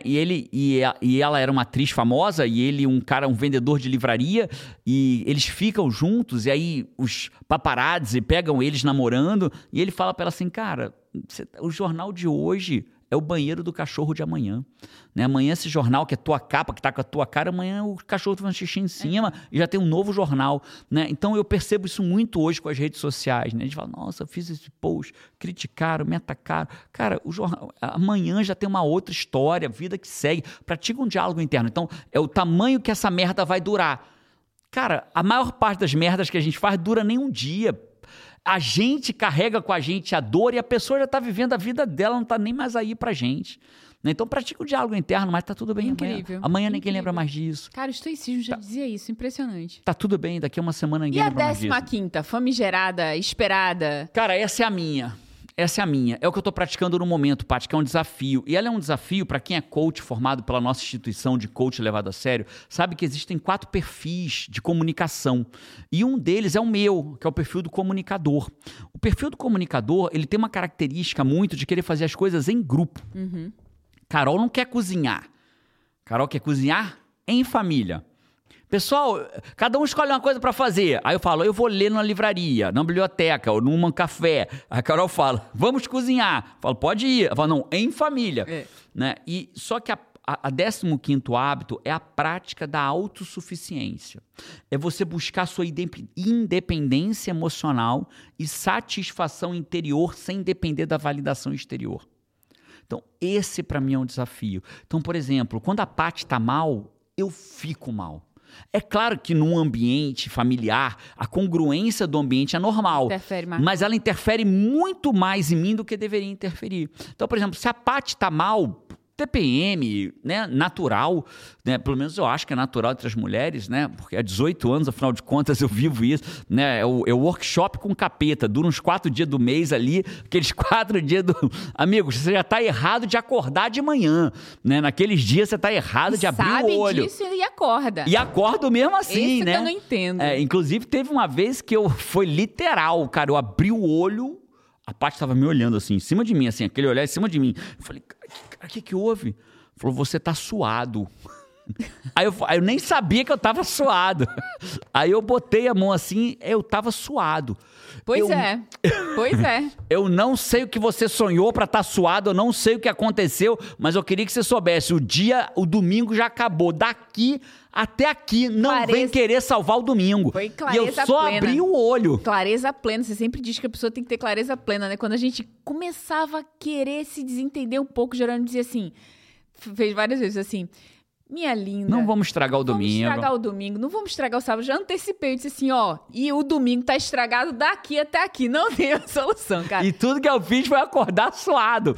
E ela era uma atriz famosa e ele um vendedor de livraria, e eles ficam juntos, e aí os paparazzi pegam eles namorando, e ele fala pra ela assim, cara, o jornal de hoje é o banheiro do cachorro de amanhã. Né? Amanhã esse jornal que é tua capa, que tá com a tua cara, amanhã o cachorro vai xixi em cima e já tem um novo jornal. Né? Então eu percebo isso muito hoje com as redes sociais. Né? A gente fala, nossa, eu fiz esse post, criticaram, me atacaram. Cara, o jornal, amanhã já tem uma outra história, vida que segue. Pratica um diálogo interno. Então é o tamanho que essa merda vai durar. Cara, a maior parte das merdas que a gente faz dura nem um dia. A gente carrega com a gente a dor e a pessoa já está vivendo a vida dela, não está nem mais aí pra gente. Então pratica o diálogo interno, mas tá tudo bem. Incrível. Amanhã ninguém lembra mais disso. Cara, o estoicismo já dizia isso, impressionante. Tá tudo bem, daqui a uma semana ninguém lembra mais disso. E a 15ª, famigerada, esperada? Cara, essa é a minha. Essa é a minha. É o que eu estou praticando no momento, Paty, que é um desafio. E ela é um desafio para quem é coach formado pela nossa instituição de coach levado a sério. Sabe que existem 4 perfis de comunicação. E um deles é o meu, que é o perfil do comunicador. O perfil do comunicador, ele tem uma característica muito de querer fazer as coisas em grupo. Uhum. Carol não quer cozinhar. Carol quer cozinhar em família. Pessoal, cada um escolhe uma coisa para fazer. Aí eu falo, eu vou ler na livraria, na biblioteca, ou num café. A Carol fala, vamos cozinhar. Eu falo, pode ir. Eu falo, não, em família. Né? E, só que a 15º hábito é a prática da autossuficiência. É você buscar sua independência emocional e satisfação interior sem depender da validação exterior. Então, esse para mim é um desafio. Então, por exemplo, quando a Paty está mal, eu fico mal. É claro que num ambiente familiar, a congruência do ambiente é normal. Interfere mais. Mas ela interfere muito mais em mim do que deveria interferir. Então, por exemplo, se a Paty está mal, TPM, né, natural, né, pelo menos eu acho que é natural entre as mulheres, né, porque há 18 anos, afinal de contas, eu vivo isso, né, é o workshop com capeta, dura uns 4 dias do mês ali, aqueles 4 dias do... Amigos, você já está errado de acordar de manhã, né, naqueles dias você está errado de abrir o olho. Sabe disso e acorda. E acordo mesmo assim, Isso né. que eu não entendo. Inclusive, teve uma vez que foi literal, cara, eu abri o olho, a Paty estava me olhando assim, em cima de mim, assim, aquele olhar em cima de mim. Eu falei, cara, o que houve? Falou, você tá suado. Aí eu nem sabia que eu tava suado. Aí eu botei a mão assim, eu tava suado. Pois é. Eu não sei o que você sonhou pra estar suado, eu não sei o que aconteceu, mas eu queria que você soubesse, o domingo já acabou. Daqui até aqui, não vem querer salvar o domingo. Foi clareza plena. E eu só abri o olho. Clareza plena. Você sempre diz que a pessoa tem que ter clareza plena, né? Quando a gente começava a querer se desentender um pouco, Gerônimo dizia assim, fez várias vezes assim, minha linda. Não vamos estragar o domingo. Não vamos estragar o sábado. Já antecipei, eu disse assim, ó, e o domingo tá estragado daqui até aqui. Não tem a solução, cara. E tudo que eu fiz foi acordar suado.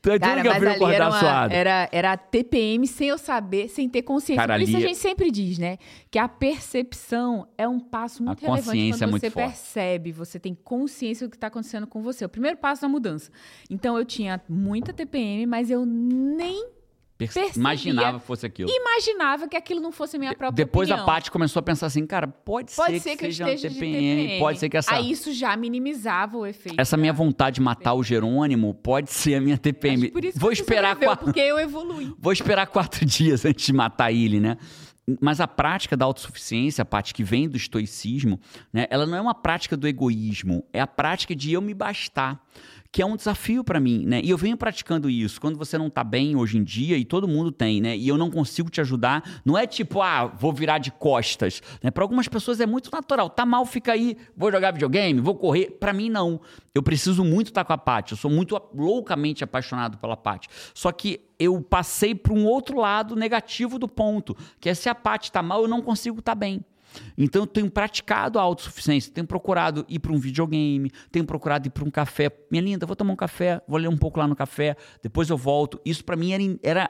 Era TPM sem eu saber, sem ter consciência. Cara, por isso a gente sempre diz, né? Que a percepção é um passo muito relevante quando você percebe, você tem consciência do que está acontecendo com você. O primeiro passo da mudança. Então, eu tinha muita TPM, mas eu nem imaginava que fosse aquilo. Imaginava que aquilo não fosse a minha própria Depois opinião. a Paty começou a pensar assim, cara, pode ser que seja TPM, pode ser que essa... Aí isso já minimizava o efeito. Essa minha vontade de matar o Jerônimo pode ser a minha TPM. Por isso Vou esperar porque eu evolui. Vou esperar 4 dias antes de matar ele, né? Mas a prática da autossuficiência, a parte que vem do estoicismo, né, ela não é uma prática do egoísmo, é a prática de eu me bastar, que é um desafio para mim, né? E eu venho praticando isso. Quando você não tá bem hoje em dia, e todo mundo tem, né? E eu não consigo te ajudar, não é tipo, vou virar de costas, né? Para algumas pessoas é muito natural. Tá mal, fica aí, vou jogar videogame, vou correr. Para mim, não. Eu preciso muito estar com a Paty. Eu sou muito loucamente apaixonado pela Paty. Só que eu passei para um outro lado negativo do ponto, que é se a Paty tá mal, eu não consigo estar bem. Então eu tenho praticado a autossuficiência, tenho procurado ir para um videogame, tenho procurado ir para um café. Minha linda, vou tomar um café, vou ler um pouco lá no café, depois eu volto. Isso para mim era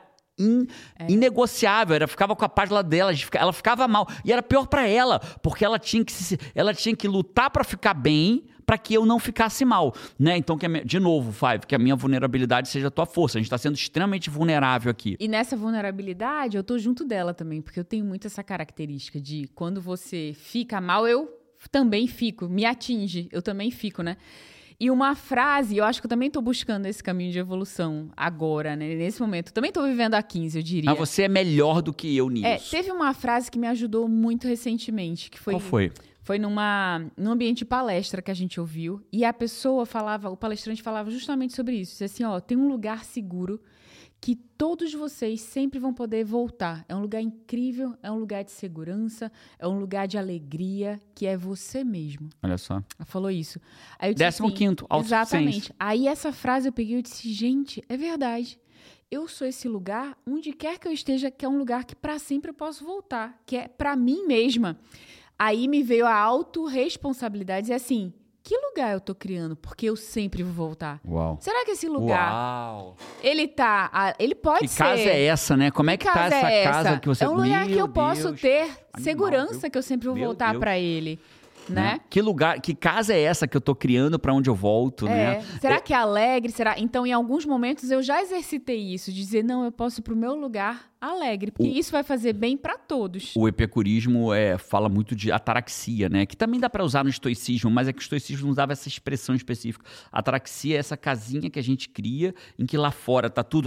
inegociável, ficava com a página dela, ela ficava mal. E era pior para ela, porque ela tinha que lutar para ficar bem, para que eu não ficasse mal, né? Então, de novo, Five, que a minha vulnerabilidade seja a tua força. A gente tá sendo extremamente vulnerável aqui. E nessa vulnerabilidade, eu tô junto dela também, porque eu tenho muito essa característica de quando você fica mal, eu também fico, me atinge, eu também fico, né? E uma frase, eu acho que eu também tô buscando esse caminho de evolução agora, né? Nesse momento. Eu também tô vivendo a 15, eu diria. Mas você é melhor do que eu nisso. Teve uma frase que me ajudou muito recentemente, que foi... Qual foi? Foi num ambiente de palestra que a gente ouviu, e a pessoa falava, o palestrante falava justamente sobre isso. Disse assim, tem um lugar seguro que todos vocês sempre vão poder voltar. É um lugar incrível, é um lugar de segurança, é um lugar de alegria, que é você mesmo. Olha só. Ela falou isso. Aí eu disse 15º, autossuficiência. Exatamente. Aí essa frase eu peguei e disse, gente, é verdade. Eu sou esse lugar, onde quer que eu esteja, que é um lugar que para sempre eu posso voltar, que é para mim mesma. Aí me veio a autorresponsabilidade e assim, que lugar eu tô criando? Porque eu sempre vou voltar. Uau. Será que esse lugar, Uau. Ele pode ser... Que casa é essa, né? Como é que tá essa casa que você... É um lugar que eu posso ter segurança, que eu sempre vou voltar para ele. Né? Que lugar, que casa é essa que eu tô criando para onde eu volto, né? Será que é alegre? Será? Então, em alguns momentos eu já exercitei isso, de dizer, não, eu posso ir pro meu lugar alegre, porque isso vai fazer bem para todos. O epicurismo fala muito de ataraxia, né? Que também dá para usar no estoicismo, mas é que o estoicismo usava essa expressão específica. A ataraxia é essa casinha que a gente cria, em que lá fora tá tudo...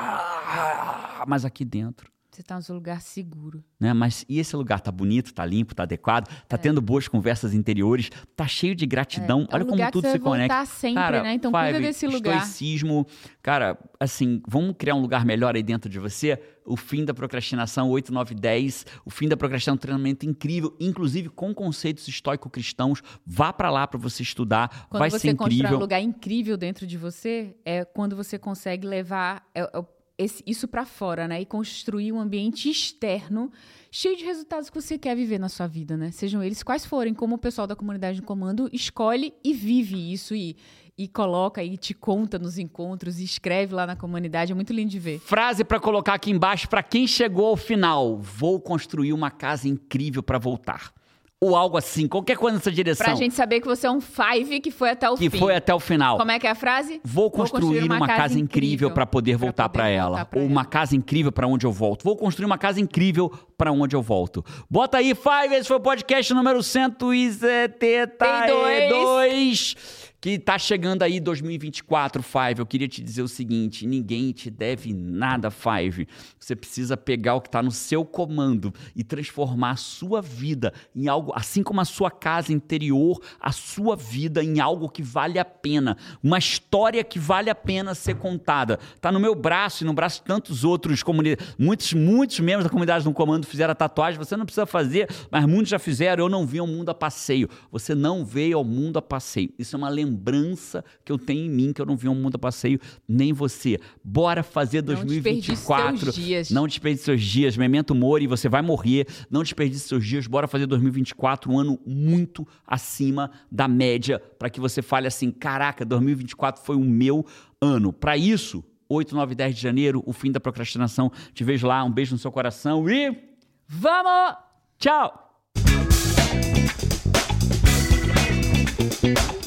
Mas aqui dentro... Você tá no seu lugar seguro. Né? Mas e esse lugar tá bonito, tá limpo, tá adequado, tá tendo boas conversas interiores, tá cheio de gratidão. Olha como tudo se conecta. Voltar sempre, cara, né? Então cuida desse lugar. Estoicismo, cara, assim, vamos criar um lugar melhor aí dentro de você. O fim da procrastinação, 8, 9, 10. O fim da procrastinação é um treinamento incrível, inclusive com conceitos estoico-cristãos. Vá pra lá pra você estudar, vai ser incrível. Quando você constrói um lugar incrível dentro de você, é quando você consegue levar... isso para fora, né? E construir um ambiente externo cheio de resultados que você quer viver na sua vida, né? Sejam eles quais forem, como o pessoal da Comunidade do Comando escolhe e vive isso e coloca e te conta nos encontros e escreve lá na comunidade. É muito lindo de ver. Frase para colocar aqui embaixo para quem chegou ao final. Vou construir uma casa incrível para voltar. Ou algo assim, qualquer coisa nessa direção. Pra gente saber que você é um Five que foi até o fim. Que foi até o final. Como é que é a frase? Vou construir uma casa incrível para poder voltar para ela. Ou uma casa incrível para onde eu volto. Vou construir uma casa incrível para onde eu volto. Bota aí, Five, esse foi o podcast número 172. Que tá chegando aí 2024, Five. Eu queria te dizer o seguinte, ninguém te deve nada, Five. Você precisa pegar o que tá no seu comando e transformar a sua vida em algo, assim como a sua casa interior, a sua vida em algo que vale a pena. Uma história que vale a pena ser contada. Tá no meu braço e no braço de tantos outros comunidades. Muitos membros da comunidade no comando fizeram a tatuagem. Você não precisa fazer, mas muitos já fizeram. Eu não vi ao mundo a passeio. Você não veio ao mundo a passeio. Isso é uma lembrança que eu tenho em mim, que eu não vi um mundo a passeio, nem você. Bora fazer 2024. Não desperdice seus dias. Memento mori, você vai morrer. Não desperdice seus dias. Bora fazer 2024 um ano muito acima da média, para que você fale assim, caraca, 2024 foi o meu ano. Para isso, 8, 9, 10 de janeiro, o fim da procrastinação. Te vejo lá, um beijo no seu coração e... Vamos! Tchau!